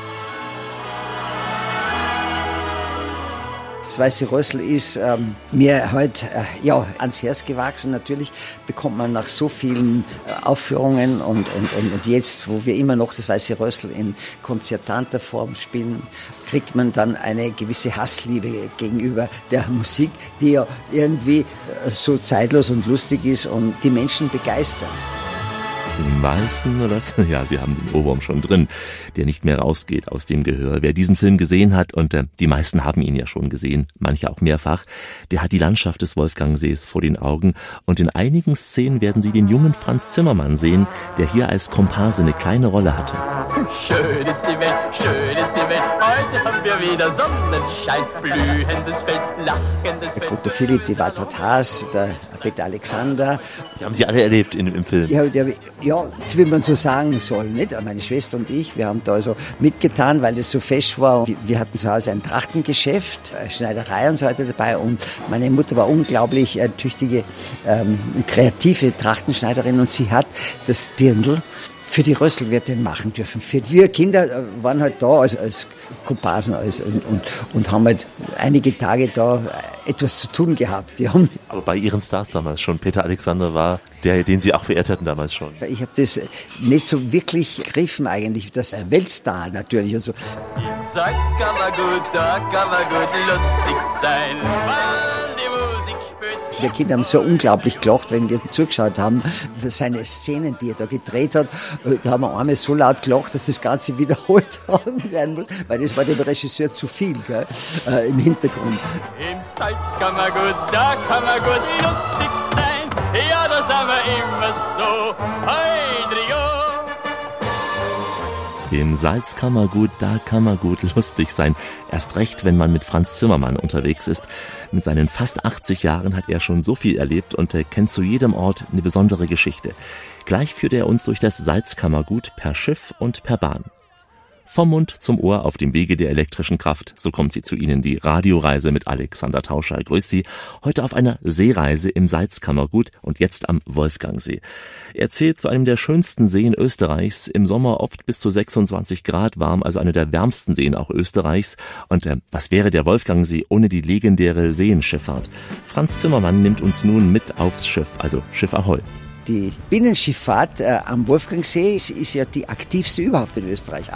Das Weiße Rössel ist mir heute ans Herz gewachsen. Natürlich bekommt man nach so vielen Aufführungen und jetzt, wo wir immer noch das Weiße Rössel in konzertanter Form spielen, kriegt man dann eine gewisse Hassliebe gegenüber der Musik, die ja irgendwie so zeitlos und lustig ist und die Menschen begeistert. Im Weißen Rössel, ja, Sie haben den Ohrwurm schon drin, der nicht mehr rausgeht aus dem Gehör. Wer diesen Film gesehen hat, und die meisten haben ihn ja schon gesehen, manche auch mehrfach, der hat die Landschaft des Wolfgangsees vor den Augen, und in einigen Szenen werden Sie den jungen Franz Zimmermann sehen, der hier als Komparse eine kleine Rolle hatte. Schön ist die Welt, schön ist die Welt, heute haben wir wieder Sonnenschein, blühendes Feld, lachendes Feld. Der Günther Philipp, die Waltraud Haas, der Peter Alexander. Die haben Sie alle erlebt im Film? Ja, wie man so sagen soll, nicht? Meine Schwester und ich, wir haben da also mitgetan, weil es so fesch war. Wir hatten zu Hause ein Trachtengeschäft, Schneiderei und so weiter dabei, und meine Mutter war unglaublich tüchtige, kreative Trachtenschneiderin, und sie hat das Dirndl für die Rösselwirtin machen dürfen. Wir Kinder waren halt da als Komparsen und haben halt einige Tage da etwas zu tun gehabt. Aber bei Ihren Stars damals schon, Peter Alexander war der, den Sie auch verehrt hatten damals schon. Ich habe das nicht so wirklich gegriffen eigentlich, das Weltstar natürlich und so. Im Salz kann man gut, da kann man gut lustig sein, weil die Musik spielt. Wir Kinder haben so unglaublich gelacht, wenn wir zugeschaut haben, für seine Szenen, die er da gedreht hat. Da haben wir einmal so laut gelacht, dass das Ganze wiederholt werden muss, weil das war dem Regisseur zu viel, gell, im Hintergrund. Im Salz kann man gut, da kann man gut lustig sein, ja, da sind wir immer so, Heidrio. Im Salz kann man gut, da kann man gut lustig sein. Erst recht, wenn man mit Franz Zimmermann unterwegs ist. Mit seinen fast 80 Jahren hat er schon so viel erlebt und kennt zu jedem Ort eine besondere Geschichte. Gleich führt er uns durch das Salzkammergut per Schiff und per Bahn. Vom Mund zum Ohr auf dem Wege der elektrischen Kraft, so kommt sie zu Ihnen, die Radioreise mit Alexander Tauscher. Grüß Sie, heute auf einer Seereise im Salzkammergut und jetzt am Wolfgangsee. Er zählt zu einem der schönsten Seen Österreichs, im Sommer oft bis zu 26 Grad warm, also einer der wärmsten Seen auch Österreichs. Und was wäre der Wolfgangsee ohne die legendäre Seenschifffahrt? Franz Zimmermann nimmt uns nun mit aufs Schiff, also Schiff Ahoi. Die Binnenschifffahrt am Wolfgangsee ist ja die aktivste überhaupt in Österreich.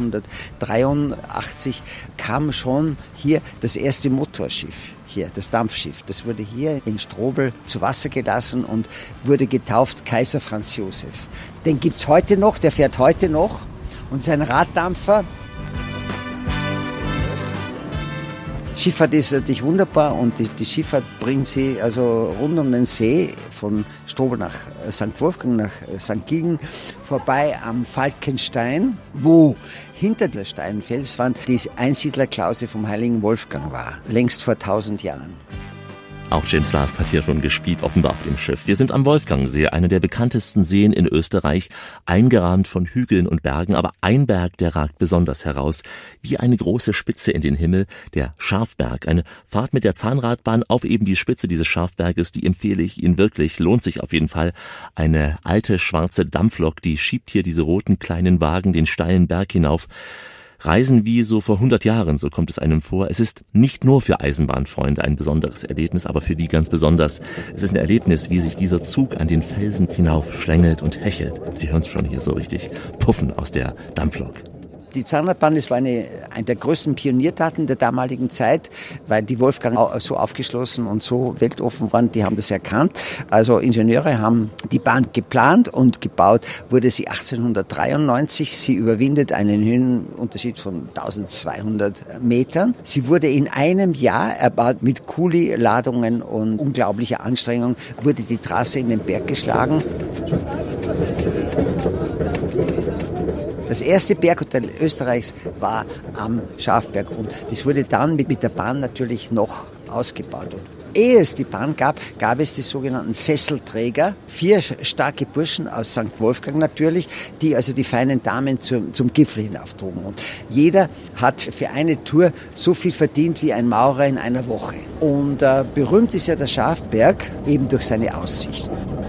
1883 kam schon hier das erste Motorschiff, hier das Dampfschiff. Das wurde hier in Strobl zu Wasser gelassen und wurde getauft Kaiser Franz Josef. Den gibt's heute noch, der fährt heute noch und sein Raddampfer. Schifffahrt ist natürlich wunderbar und die Schifffahrt bringt sie also rund um den See von Strobl nach St. Wolfgang, nach St. Gilgen, vorbei am Falkenstein, wo hinter der steilen Felswand die Einsiedlerklause vom heiligen Wolfgang war, längst vor 1000 Jahren. Auch James Last hat hier schon gespielt, offenbar auf dem Schiff. Wir sind am Wolfgangsee, einer der bekanntesten Seen in Österreich, eingerahmt von Hügeln und Bergen, aber ein Berg, der ragt besonders heraus, wie eine große Spitze in den Himmel, der Schafberg. Eine Fahrt mit der Zahnradbahn auf eben die Spitze dieses Schafberges, die empfehle ich Ihnen wirklich, lohnt sich auf jeden Fall. Eine alte schwarze Dampflok, die schiebt hier diese roten kleinen Wagen den steilen Berg hinauf. Reisen wie so vor 100 Jahren, so kommt es einem vor. Es ist nicht nur für Eisenbahnfreunde ein besonderes Erlebnis, aber für die ganz besonders. Es ist ein Erlebnis, wie sich dieser Zug an den Felsen hinauf schlängelt und hechelt. Sie hören es schon hier so richtig puffen aus der Dampflok. Die Zahnradbahn, das war eine der größten Pioniertaten der damaligen Zeit, weil die Wolfgang so aufgeschlossen und so weltoffen waren, die haben das erkannt. Also Ingenieure haben die Bahn geplant und gebaut, wurde sie 1893. Sie überwindet einen Höhenunterschied von 1200 Metern. Sie wurde in einem Jahr erbaut mit Kuli-Ladungen und unglaublicher Anstrengung, wurde die Trasse in den Berg geschlagen. Das erste Berghotel Österreichs war am Schafberg und das wurde dann mit der Bahn natürlich noch ausgebaut. Und ehe es die Bahn gab es die sogenannten Sesselträger, 4 starke Burschen aus St. Wolfgang natürlich, die also die feinen Damen zum Gipfel hinaufdrogen. Und jeder hat für eine Tour so viel verdient wie ein Maurer in einer Woche. Und berühmt ist ja der Schafberg eben durch seine Aussicht.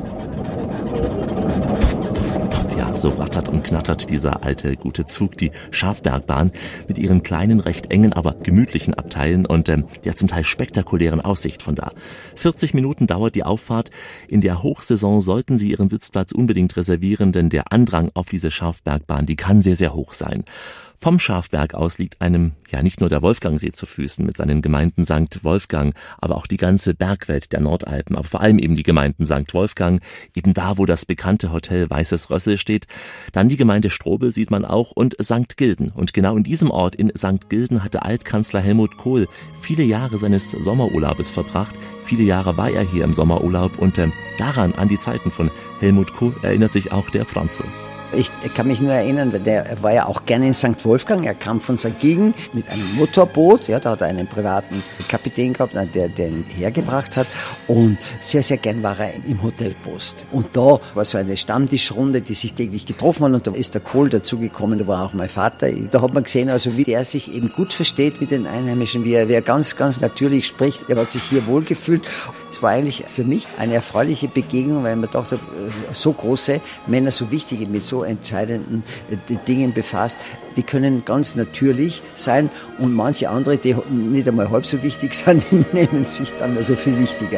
So rattert und knattert dieser alte, gute Zug, die Schafbergbahn, mit ihren kleinen, recht engen, aber gemütlichen Abteilen und der zum Teil spektakulären Aussicht von da. 40 Minuten dauert die Auffahrt. In der Hochsaison sollten Sie Ihren Sitzplatz unbedingt reservieren, denn der Andrang auf diese Schafbergbahn, die kann sehr, sehr hoch sein. Vom Schafberg aus liegt einem ja nicht nur der Wolfgangsee zu Füßen mit seinen Gemeinden St. Wolfgang, aber auch die ganze Bergwelt der Nordalpen, aber vor allem eben die Gemeinden St. Wolfgang, eben da, wo das bekannte Hotel Weißes Rössel steht. Dann die Gemeinde Strobl sieht man auch und St. Gilgen. Und genau in diesem Ort, in St. Gilgen, hatte Altkanzler Helmut Kohl viele Jahre seines Sommerurlaubes verbracht. Viele Jahre war er hier im Sommerurlaub und daran, an die Zeiten von Helmut Kohl, erinnert sich auch der Franze. Ich kann mich nur erinnern, weil er war ja auch gerne in St. Wolfgang. Er kam von St. Gilgen mit einem Motorboot. Ja, da hat er einen privaten Kapitän gehabt, der ihn hergebracht hat. Und sehr, sehr gern war er im Hotel Post. Und da war so eine Stammtischrunde, die sich täglich getroffen hat. Und da ist der Kohl dazugekommen, da war auch mein Vater. Da hat man gesehen, also wie der sich eben gut versteht mit den Einheimischen, wie er ganz, ganz natürlich spricht. Er hat sich hier wohlgefühlt. Es war eigentlich für mich eine erfreuliche Begegnung, weil man dachte, so große Männer, so wichtige, mit so so entscheidenden Dingen befasst. Die können ganz natürlich sein und manche andere, die nicht einmal halb so wichtig sind, die nehmen sich dann also viel wichtiger.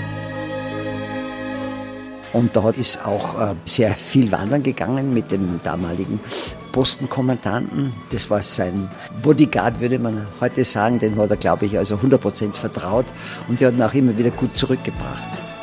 Und dort ist auch sehr viel wandern gegangen mit dem damaligen Postenkommandanten. Das war sein Bodyguard, würde man heute sagen. Den hat er, glaube ich, also 100% vertraut. Und der hat ihn auch immer wieder gut zurückgebracht.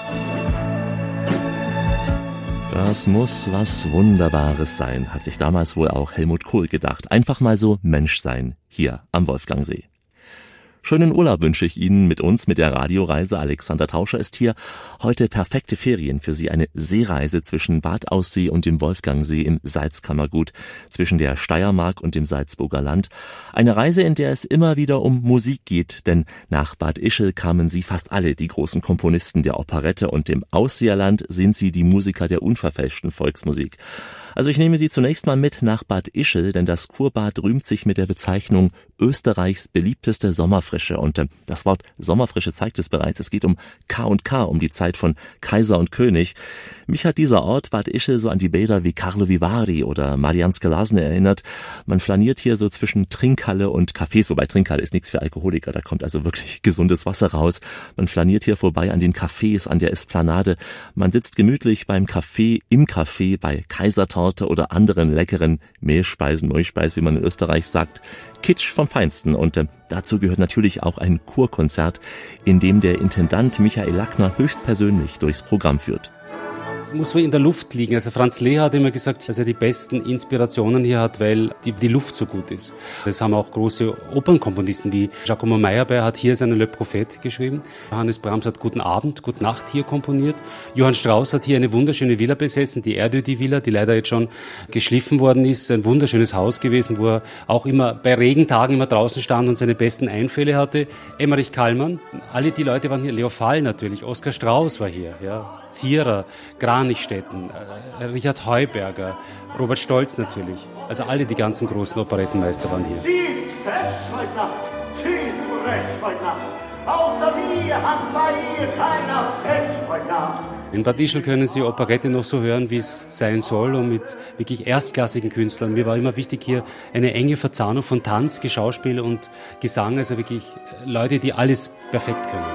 Das muss was Wunderbares sein, hat sich damals wohl auch Helmut Kohl gedacht. Einfach mal so Mensch sein, hier am Wolfgangsee. Schönen Urlaub wünsche ich Ihnen mit uns, mit der Radioreise. Alexander Tauscher ist hier. Heute perfekte Ferien für Sie. Eine Seereise zwischen Bad Aussee und dem Wolfgangsee im Salzkammergut, zwischen der Steiermark und dem Salzburger Land. Eine Reise, in der es immer wieder um Musik geht, denn nach Bad Ischl kamen Sie fast alle, die großen Komponisten der Operette, und im Ausseerland sind Sie die Musiker der unverfälschten Volksmusik. Also ich nehme Sie zunächst mal mit nach Bad Ischl, denn das Kurbad rühmt sich mit der Bezeichnung Österreichs beliebteste Sommerfrische. Und das Wort Sommerfrische zeigt es bereits. Es geht um K&K, um die Zeit von Kaiser und König. Mich hat dieser Ort Bad Ischl so an die Bäder wie Karlovy Vary oder Mariánske Lázně erinnert. Man flaniert hier so zwischen Trinkhalle und Cafés, wobei Trinkhalle ist nichts für Alkoholiker, da kommt also wirklich gesundes Wasser raus. Man flaniert hier vorbei an den Cafés, an der Esplanade. Man sitzt gemütlich beim Café, im Café, bei Kaisertorte oder anderen leckeren Mehlspeisen, Milchspeis, wie man in Österreich sagt. Kitsch vom Feinsten. Und dazu gehört natürlich auch ein Kurkonzert, in dem der Intendant Michael Lackner höchstpersönlich durchs Programm führt. Es muss in der Luft liegen. Also Franz Lehár hat immer gesagt, dass er die besten Inspirationen hier hat, weil die Luft so gut ist. Das haben auch große Opernkomponisten wie Giacomo Meyerbeer hat hier seinen Le Prophète geschrieben. Johannes Brahms hat Guten Abend, Gute Nacht hier komponiert. Johann Strauss hat hier eine wunderschöne Villa besessen, die Erdödy-Villa, die leider jetzt schon geschliffen worden ist. Ein wunderschönes Haus gewesen, wo er auch immer bei Regentagen immer draußen stand und seine besten Einfälle hatte. Emmerich Kallmann, alle die Leute waren hier. Leo Fall natürlich, Oskar Strauß war hier, ja. Zierer, Kranichstetten, Richard Heuberger, Robert Stolz natürlich. Also alle die ganzen großen Operettenmeister waren hier. Sie ist fesch heute Nacht, sie ist frech heute Nacht. Außer mir hat bei ihr keiner Pech heute Nacht. In Bad Ischl können Sie Operette noch so hören, wie es sein soll, und mit wirklich erstklassigen Künstlern. Mir war immer wichtig, hier eine enge Verzahnung von Tanz, Geschauspiel und Gesang, also wirklich Leute, die alles perfekt können.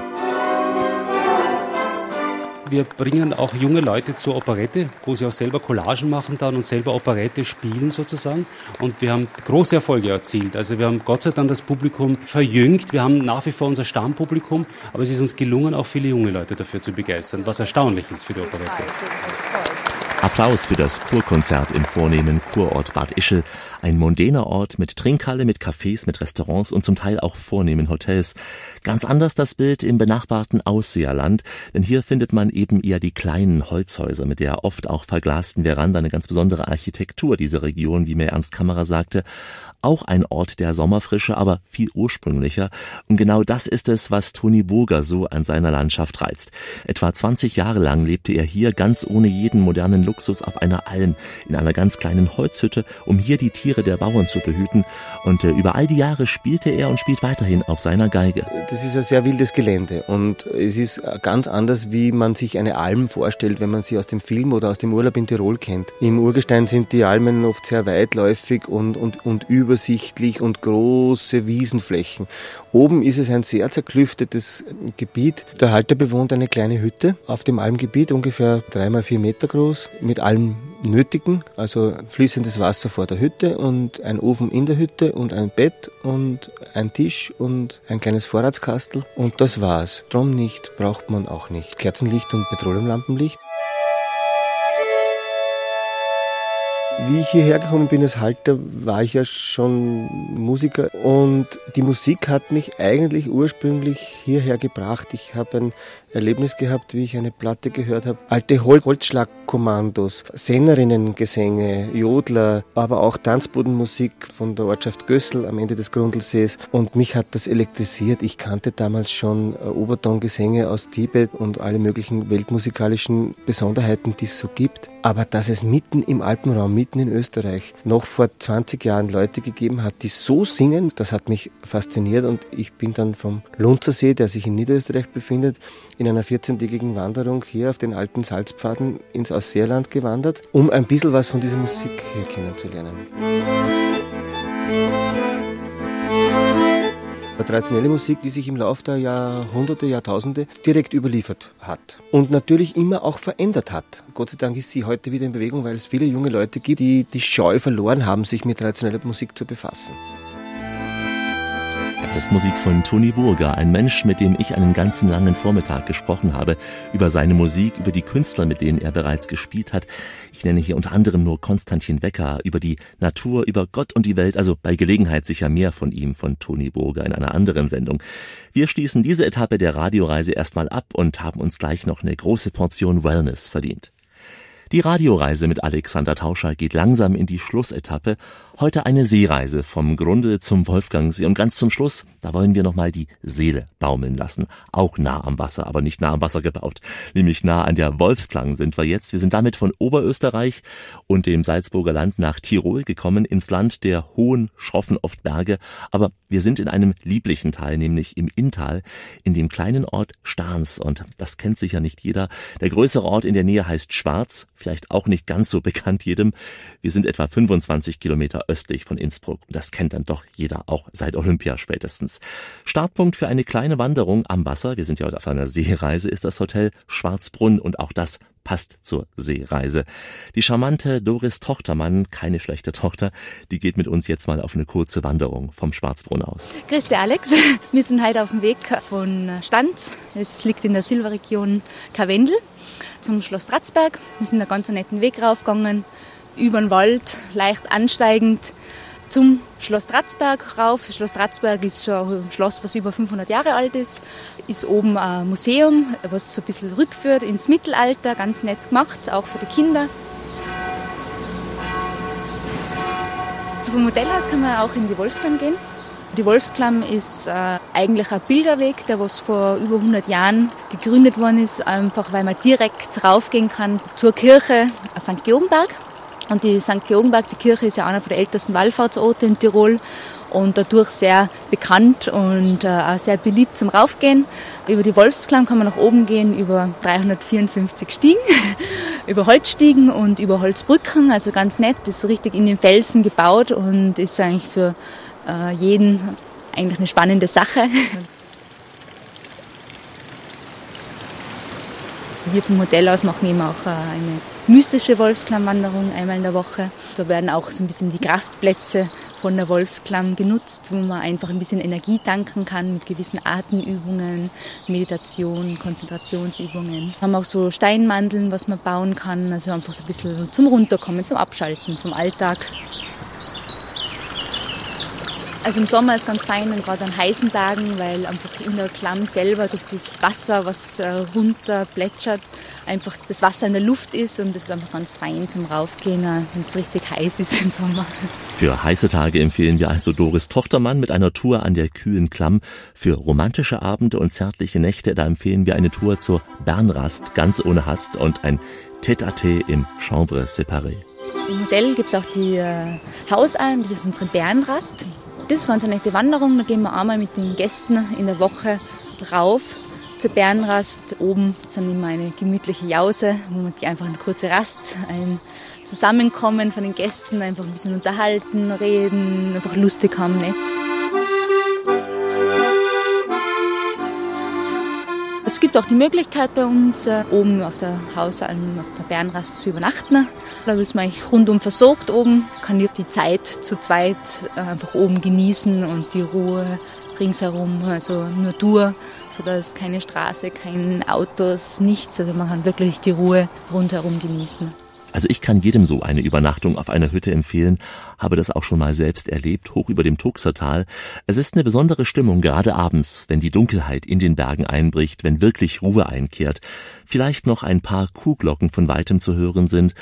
Wir bringen auch junge Leute zur Operette, wo sie auch selber Collagen machen dann und selber Operette spielen sozusagen. Und wir haben große Erfolge erzielt. Also wir haben Gott sei Dank das Publikum verjüngt. Wir haben nach wie vor unser Stammpublikum, aber es ist uns gelungen, auch viele junge Leute dafür zu begeistern, was erstaunlich ist für die Operette. Applaus für das Kurkonzert im vornehmen Kurort Bad Ischl. Ein mondäner Ort mit Trinkhalle, mit Cafés, mit Restaurants und zum Teil auch vornehmen Hotels. Ganz anders das Bild im benachbarten Ausseerland, denn hier findet man eben eher die kleinen Holzhäuser mit der oft auch verglasten Veranda, eine ganz besondere Architektur dieser Region, wie mir Ernst Kammerer sagte. Auch ein Ort der Sommerfrische, aber viel ursprünglicher. Und genau das ist es, was Toni Burger so an seiner Landschaft reizt. Etwa 20 Jahre lang lebte er hier ganz ohne jeden modernen Luxus auf einer Alm, in einer ganz kleinen Holzhütte, um hier die Tiere der Bauern zu behüten. Und über all die Jahre spielte er und spielt weiterhin auf seiner Geige. Das ist ein sehr wildes Gelände und es ist ganz anders, wie man sich eine Alm vorstellt, wenn man sie aus dem Film oder aus dem Urlaub in Tirol kennt. Im Urgestein sind die Almen oft sehr weitläufig und übersichtlich und große Wiesenflächen. Oben ist es ein sehr zerklüftetes Gebiet. Der Halter bewohnt eine kleine Hütte auf dem Almgebiet, ungefähr 3x4 Meter groß, mit allem Nötigen, also fließendes Wasser vor der Hütte und ein Ofen in der Hütte und ein Bett und ein Tisch und ein kleines Vorratskastel und das war's. Strom nicht, braucht man auch nicht. Kerzenlicht und Petroleumlampenlicht. Wie ich hierher gekommen bin als Halter, war ich ja schon Musiker und die Musik hat mich eigentlich ursprünglich hierher gebracht. Ich habe ein Erlebnis gehabt, wie ich eine Platte gehört habe. Alte Holzschlagkommandos, Sängerinnengesänge, Jodler, aber auch Tanzbodenmusik von der Ortschaft Gößl am Ende des Grundlsees. Und mich hat das elektrisiert. Ich kannte damals schon Obertongesänge aus Tibet und alle möglichen weltmusikalischen Besonderheiten, die es so gibt. Aber dass es mitten im Alpenraum, mitten in Österreich, noch vor 20 Jahren Leute gegeben hat, die so singen, das hat mich fasziniert. Und ich bin dann vom Lunzer See, der sich in Niederösterreich befindet, in einer 14-tägigen Wanderung hier auf den alten Salzpfaden ins Ausseerland gewandert, um ein bisschen was von dieser Musik hier kennenzulernen. Traditionelle Musik, die sich im Laufe der Jahrhunderte, Jahrtausende direkt überliefert hat und natürlich immer auch verändert hat. Gott sei Dank ist sie heute wieder in Bewegung, weil es viele junge Leute gibt, die die Scheu verloren haben, sich mit traditioneller Musik zu befassen. Das ist Musik von Toni Burger, ein Mensch, mit dem ich einen ganzen langen Vormittag gesprochen habe, über seine Musik, über die Künstler, mit denen er bereits gespielt hat. Ich nenne hier unter anderem nur Konstantin Wecker, über die Natur, über Gott und die Welt, also bei Gelegenheit sicher mehr von ihm, von Toni Burger in einer anderen Sendung. Wir schließen diese Etappe der Radioreise erstmal ab und haben uns gleich noch eine große Portion Wellness verdient. Die Radioreise mit Alexander Tauscher geht langsam in die Schlussetappe. Heute eine Seereise vom Grunde zum Wolfgangsee. Und ganz zum Schluss, da wollen wir nochmal die Seele baumeln lassen. Auch nah am Wasser, aber nicht nah am Wasser gebaut. Nämlich nah an der Wolfsklang sind wir jetzt. Wir sind damit von Oberösterreich und dem Salzburger Land nach Tirol gekommen, ins Land der hohen, schroffen oft Berge. Aber wir sind in einem lieblichen Tal, nämlich im Inntal, in dem kleinen Ort Stahns. Und das kennt sicher nicht jeder. Der größere Ort in der Nähe heißt Schwarz. Vielleicht auch nicht ganz so bekannt jedem. Wir sind etwa 25 Kilometer östlich von Innsbruck. Und das kennt dann doch jeder, auch seit Olympia spätestens. Startpunkt für eine kleine Wanderung am Wasser, wir sind ja heute auf einer Seereise, ist das Hotel Schwarzbrunn. Und auch das passt zur Seereise. Die charmante Doris Tochtermann, keine schlechte Tochter, die geht mit uns jetzt mal auf eine kurze Wanderung vom Schwarzbrunn aus. Grüß dich, Alex. Wir sind heute auf dem Weg von Stahns. Es liegt in der Silberregion Karwendel zum Schloss Tratzberg. Wir sind einen ganz netten Weg raufgegangen, über den Wald, leicht ansteigend zum Schloss Tratzberg rauf. Das Schloss Tratzberg ist schon ein Schloss, was über 500 Jahre alt ist. Ist oben ein Museum, was so ein bisschen rückführt ins Mittelalter. Ganz nett gemacht, auch für die Kinder. So vom Hotel aus kann man auch in die Wolfsklamm gehen. Die Wolfsklamm ist eigentlich ein Pilgerweg, der was vor über 100 Jahren gegründet worden ist, einfach weil man direkt raufgehen kann zur Kirche St. Georgenberg. Und die St. Georgenberg, die Kirche, ist ja einer der ältesten Wallfahrtsorte in Tirol und dadurch sehr bekannt und auch sehr beliebt zum Raufgehen. Über die Wolfsklamm kann man nach oben gehen, über 354 Stiegen, über Holzstiegen und über Holzbrücken, also ganz nett, ist so richtig in den Felsen gebaut und ist eigentlich für jeden eigentlich eine spannende Sache. Wir vom Hotel aus machen eben auch eine mystische Wolfsklammwanderung einmal in der Woche. Da werden auch so ein bisschen die Kraftplätze von der Wolfsklamm genutzt, wo man einfach ein bisschen Energie tanken kann mit gewissen Atemübungen, Meditation, Konzentrationsübungen. Wir haben auch so Steinmandeln, was man bauen kann, also einfach so ein bisschen zum Runterkommen, zum Abschalten vom Alltag. Also im Sommer ist ganz fein, gerade an heißen Tagen, weil einfach in der Klamm selber durch das Wasser, was runter plätschert, einfach das Wasser in der Luft ist und das ist einfach ganz fein zum Raufgehen, wenn es richtig heiß ist im Sommer. Für heiße Tage empfehlen wir also Doris Tochtermann mit einer Tour an der kühlen Klamm. Für romantische Abende und zärtliche Nächte, da empfehlen wir eine Tour zur Bernrast, ganz ohne Hast und ein Tête-à-Tête im Chambre séparée. Im Hotel gibt es auch die Hausalm, das ist unsere Bärenrast. Das ist ganz eine nette Wanderung, da gehen wir einmal mit den Gästen in der Woche rauf zur Bärenrast. Oben ist dann immer eine gemütliche Jause, wo man sich einfach eine kurze Rast, ein Zusammenkommen von den Gästen, einfach ein bisschen unterhalten, reden, einfach lustig haben, nett. Es gibt auch die Möglichkeit bei uns, oben auf der Hausalm, auf der Bärenrast zu übernachten. Da ist man eigentlich rundum versorgt oben, kann die Zeit zu zweit einfach oben genießen und die Ruhe ringsherum, also nur Tour, sodass keine Straße, keine Autos, nichts. Also man kann wirklich die Ruhe rundherum genießen. Also ich kann jedem so eine Übernachtung auf einer Hütte empfehlen, habe das auch schon mal selbst erlebt, hoch über dem Tuxertal. Es ist eine besondere Stimmung, gerade abends, wenn die Dunkelheit in den Bergen einbricht, wenn wirklich Ruhe einkehrt. Vielleicht noch ein paar Kuhglocken von weitem zu hören sind.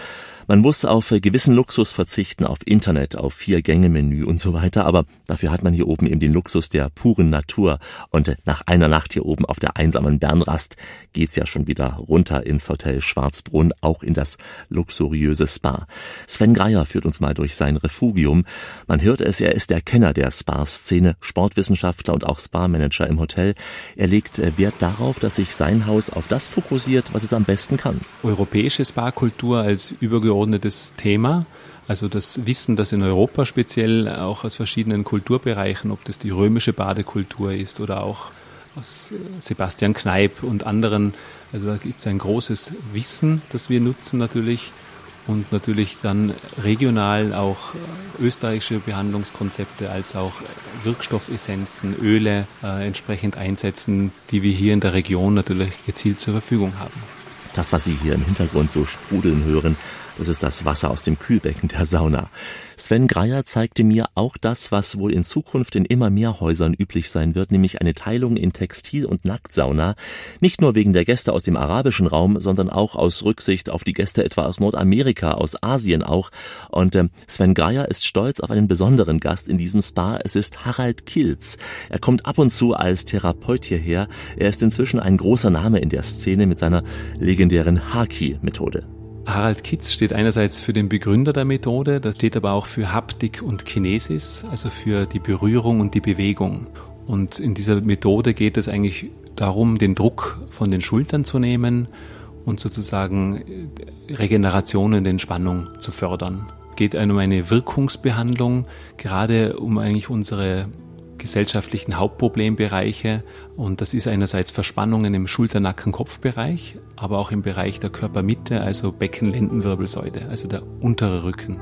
Man muss auf gewissen Luxus verzichten, auf Internet, auf 4-Gänge-Menü und so weiter, aber dafür hat man hier oben eben den Luxus der puren Natur. Und nach einer Nacht hier oben auf der einsamen Bernrast geht's ja schon wieder runter ins Hotel Schwarzbrunn, auch in das luxuriöse Spa. Sven Greyer führt uns mal durch sein Refugium. Man hört es, er ist der Kenner der Spa-Szene, Sportwissenschaftler und auch Spa-Manager im Hotel. Er legt Wert darauf, dass sich sein Haus auf das fokussiert, was es am besten kann. Europäische Spa-Kultur als übergeordnetes Thema. Also das Wissen, das in Europa speziell auch aus verschiedenen Kulturbereichen, ob das die römische Badekultur ist oder auch aus Sebastian Kneipp und anderen. Also da gibt es ein großes Wissen, das wir nutzen natürlich. Und natürlich dann regional auch österreichische Behandlungskonzepte als auch Wirkstoffessenzen, Öle entsprechend einsetzen, die wir hier in der Region natürlich gezielt zur Verfügung haben. Das, was Sie hier im Hintergrund so sprudeln hören, das ist das Wasser aus dem Kühlbecken der Sauna. Sven Greyer zeigte mir auch das, was wohl in Zukunft in immer mehr Häusern üblich sein wird, nämlich eine Teilung in Textil- und Nacktsauna. Nicht nur wegen der Gäste aus dem arabischen Raum, sondern auch aus Rücksicht auf die Gäste etwa aus Nordamerika, aus Asien auch. Und Sven Greyer ist stolz auf einen besonderen Gast in diesem Spa. Es ist Harald Kilz. Er kommt ab und zu als Therapeut hierher. Er ist inzwischen ein großer Name in der Szene mit seiner legendären Haki-Methode. Harald Kilz steht einerseits für den Begründer der Methode, das steht aber auch für Haptik und Kinesis, also für die Berührung und die Bewegung. Und in dieser Methode geht es eigentlich darum, den Druck von den Schultern zu nehmen und sozusagen Regeneration und Entspannung zu fördern. Es geht um eine Wirkungsbehandlung, gerade um eigentlich unsere gesellschaftlichen Hauptproblembereiche, und das ist einerseits Verspannungen im Schulter-Nacken-Kopfbereich, aber auch im Bereich der Körpermitte, also Becken-Lendenwirbelsäule, also der untere Rücken.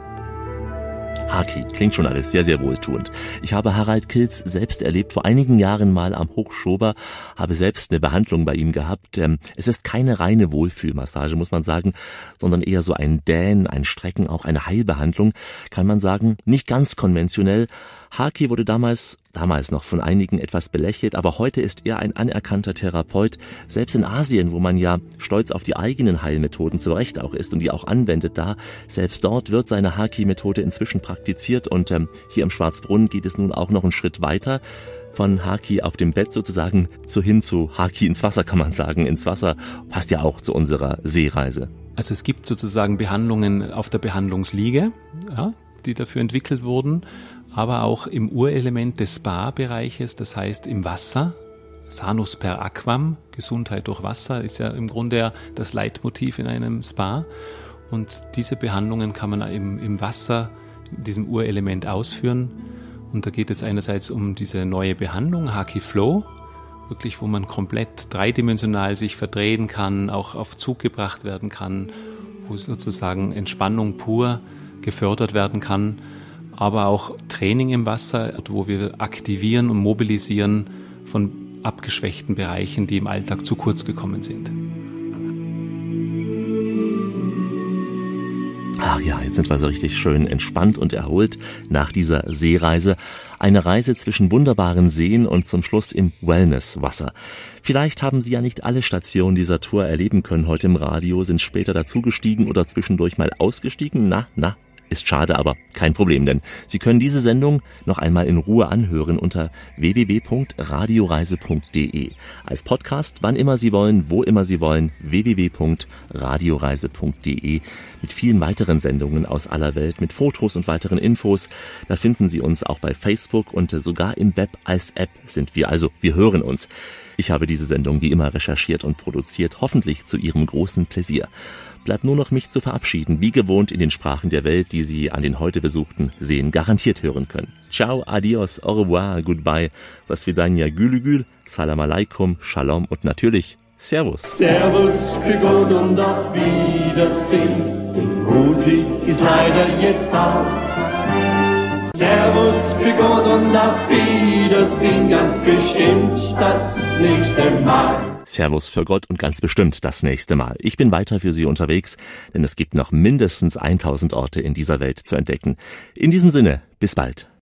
Haki, klingt schon alles sehr, sehr wohltuend. Ich habe Harald Kilz selbst erlebt, vor einigen Jahren mal am Hochschober, habe selbst eine Behandlung bei ihm gehabt. Es ist keine reine Wohlfühlmassage, muss man sagen, sondern eher so ein Dehnen, ein Strecken, auch eine Heilbehandlung, kann man sagen, nicht ganz konventionell. Haki wurde damals noch von einigen etwas belächelt, aber heute ist er ein anerkannter Therapeut. Selbst in Asien, wo man ja stolz auf die eigenen Heilmethoden zu Recht auch ist und die auch anwendet da, selbst dort wird seine Haki-Methode inzwischen praktiziert, und hier im Schwarzbrunn geht es nun auch noch einen Schritt weiter. Von Haki auf dem Bett sozusagen hin zu Haki ins Wasser, kann man sagen. Ins Wasser passt ja auch zu unserer Seereise. Also es gibt sozusagen Behandlungen auf der Behandlungsliege, ja, die dafür entwickelt wurden, aber auch im Urelement des Spa-Bereiches, das heißt im Wasser. Sanus per aquam, Gesundheit durch Wasser, ist ja im Grunde das Leitmotiv in einem Spa. Und diese Behandlungen kann man im Wasser, in diesem Urelement ausführen. Und da geht es einerseits um diese neue Behandlung, Haki Flow, wirklich, wo man komplett dreidimensional sich verdrehen kann, auch auf Zug gebracht werden kann, wo sozusagen Entspannung pur gefördert werden kann. Aber auch Training im Wasser, wo wir aktivieren und mobilisieren von abgeschwächten Bereichen, die im Alltag zu kurz gekommen sind. Ach ja, jetzt sind wir so richtig schön entspannt und erholt nach dieser Seereise. Eine Reise zwischen wunderbaren Seen und zum Schluss im Wellnesswasser. Vielleicht haben Sie ja nicht alle Stationen dieser Tour erleben können heute im Radio, sind später dazugestiegen oder zwischendurch mal ausgestiegen. Na, ist schade, aber kein Problem, denn Sie können diese Sendung noch einmal in Ruhe anhören unter www.radioreise.de. Als Podcast, wann immer Sie wollen, wo immer Sie wollen, www.radioreise.de mit vielen weiteren Sendungen aus aller Welt, mit Fotos und weiteren Infos. Da finden Sie uns auch bei Facebook und sogar im Web als App sind wir, also wir hören uns. Ich habe diese Sendung wie immer recherchiert und produziert, hoffentlich zu Ihrem großen Pläsier. Bleibt nur noch mich zu verabschieden, wie gewohnt in den Sprachen der Welt, die Sie an den heute besuchten Seen garantiert hören können. Ciao, adios, au revoir, goodbye, do svidania, gülü, salam alaikum, shalom und natürlich Servus. Servus, für Gott und auf Wiedersehen. Die Musik ist leider jetzt aus. Servus, für Gott und auf Wiedersehen. Ganz bestimmt das nächste Mal. Servus für Gott und ganz bestimmt das nächste Mal. Ich bin weiter für Sie unterwegs, denn es gibt noch mindestens 1000 Orte in dieser Welt zu entdecken. In diesem Sinne, bis bald.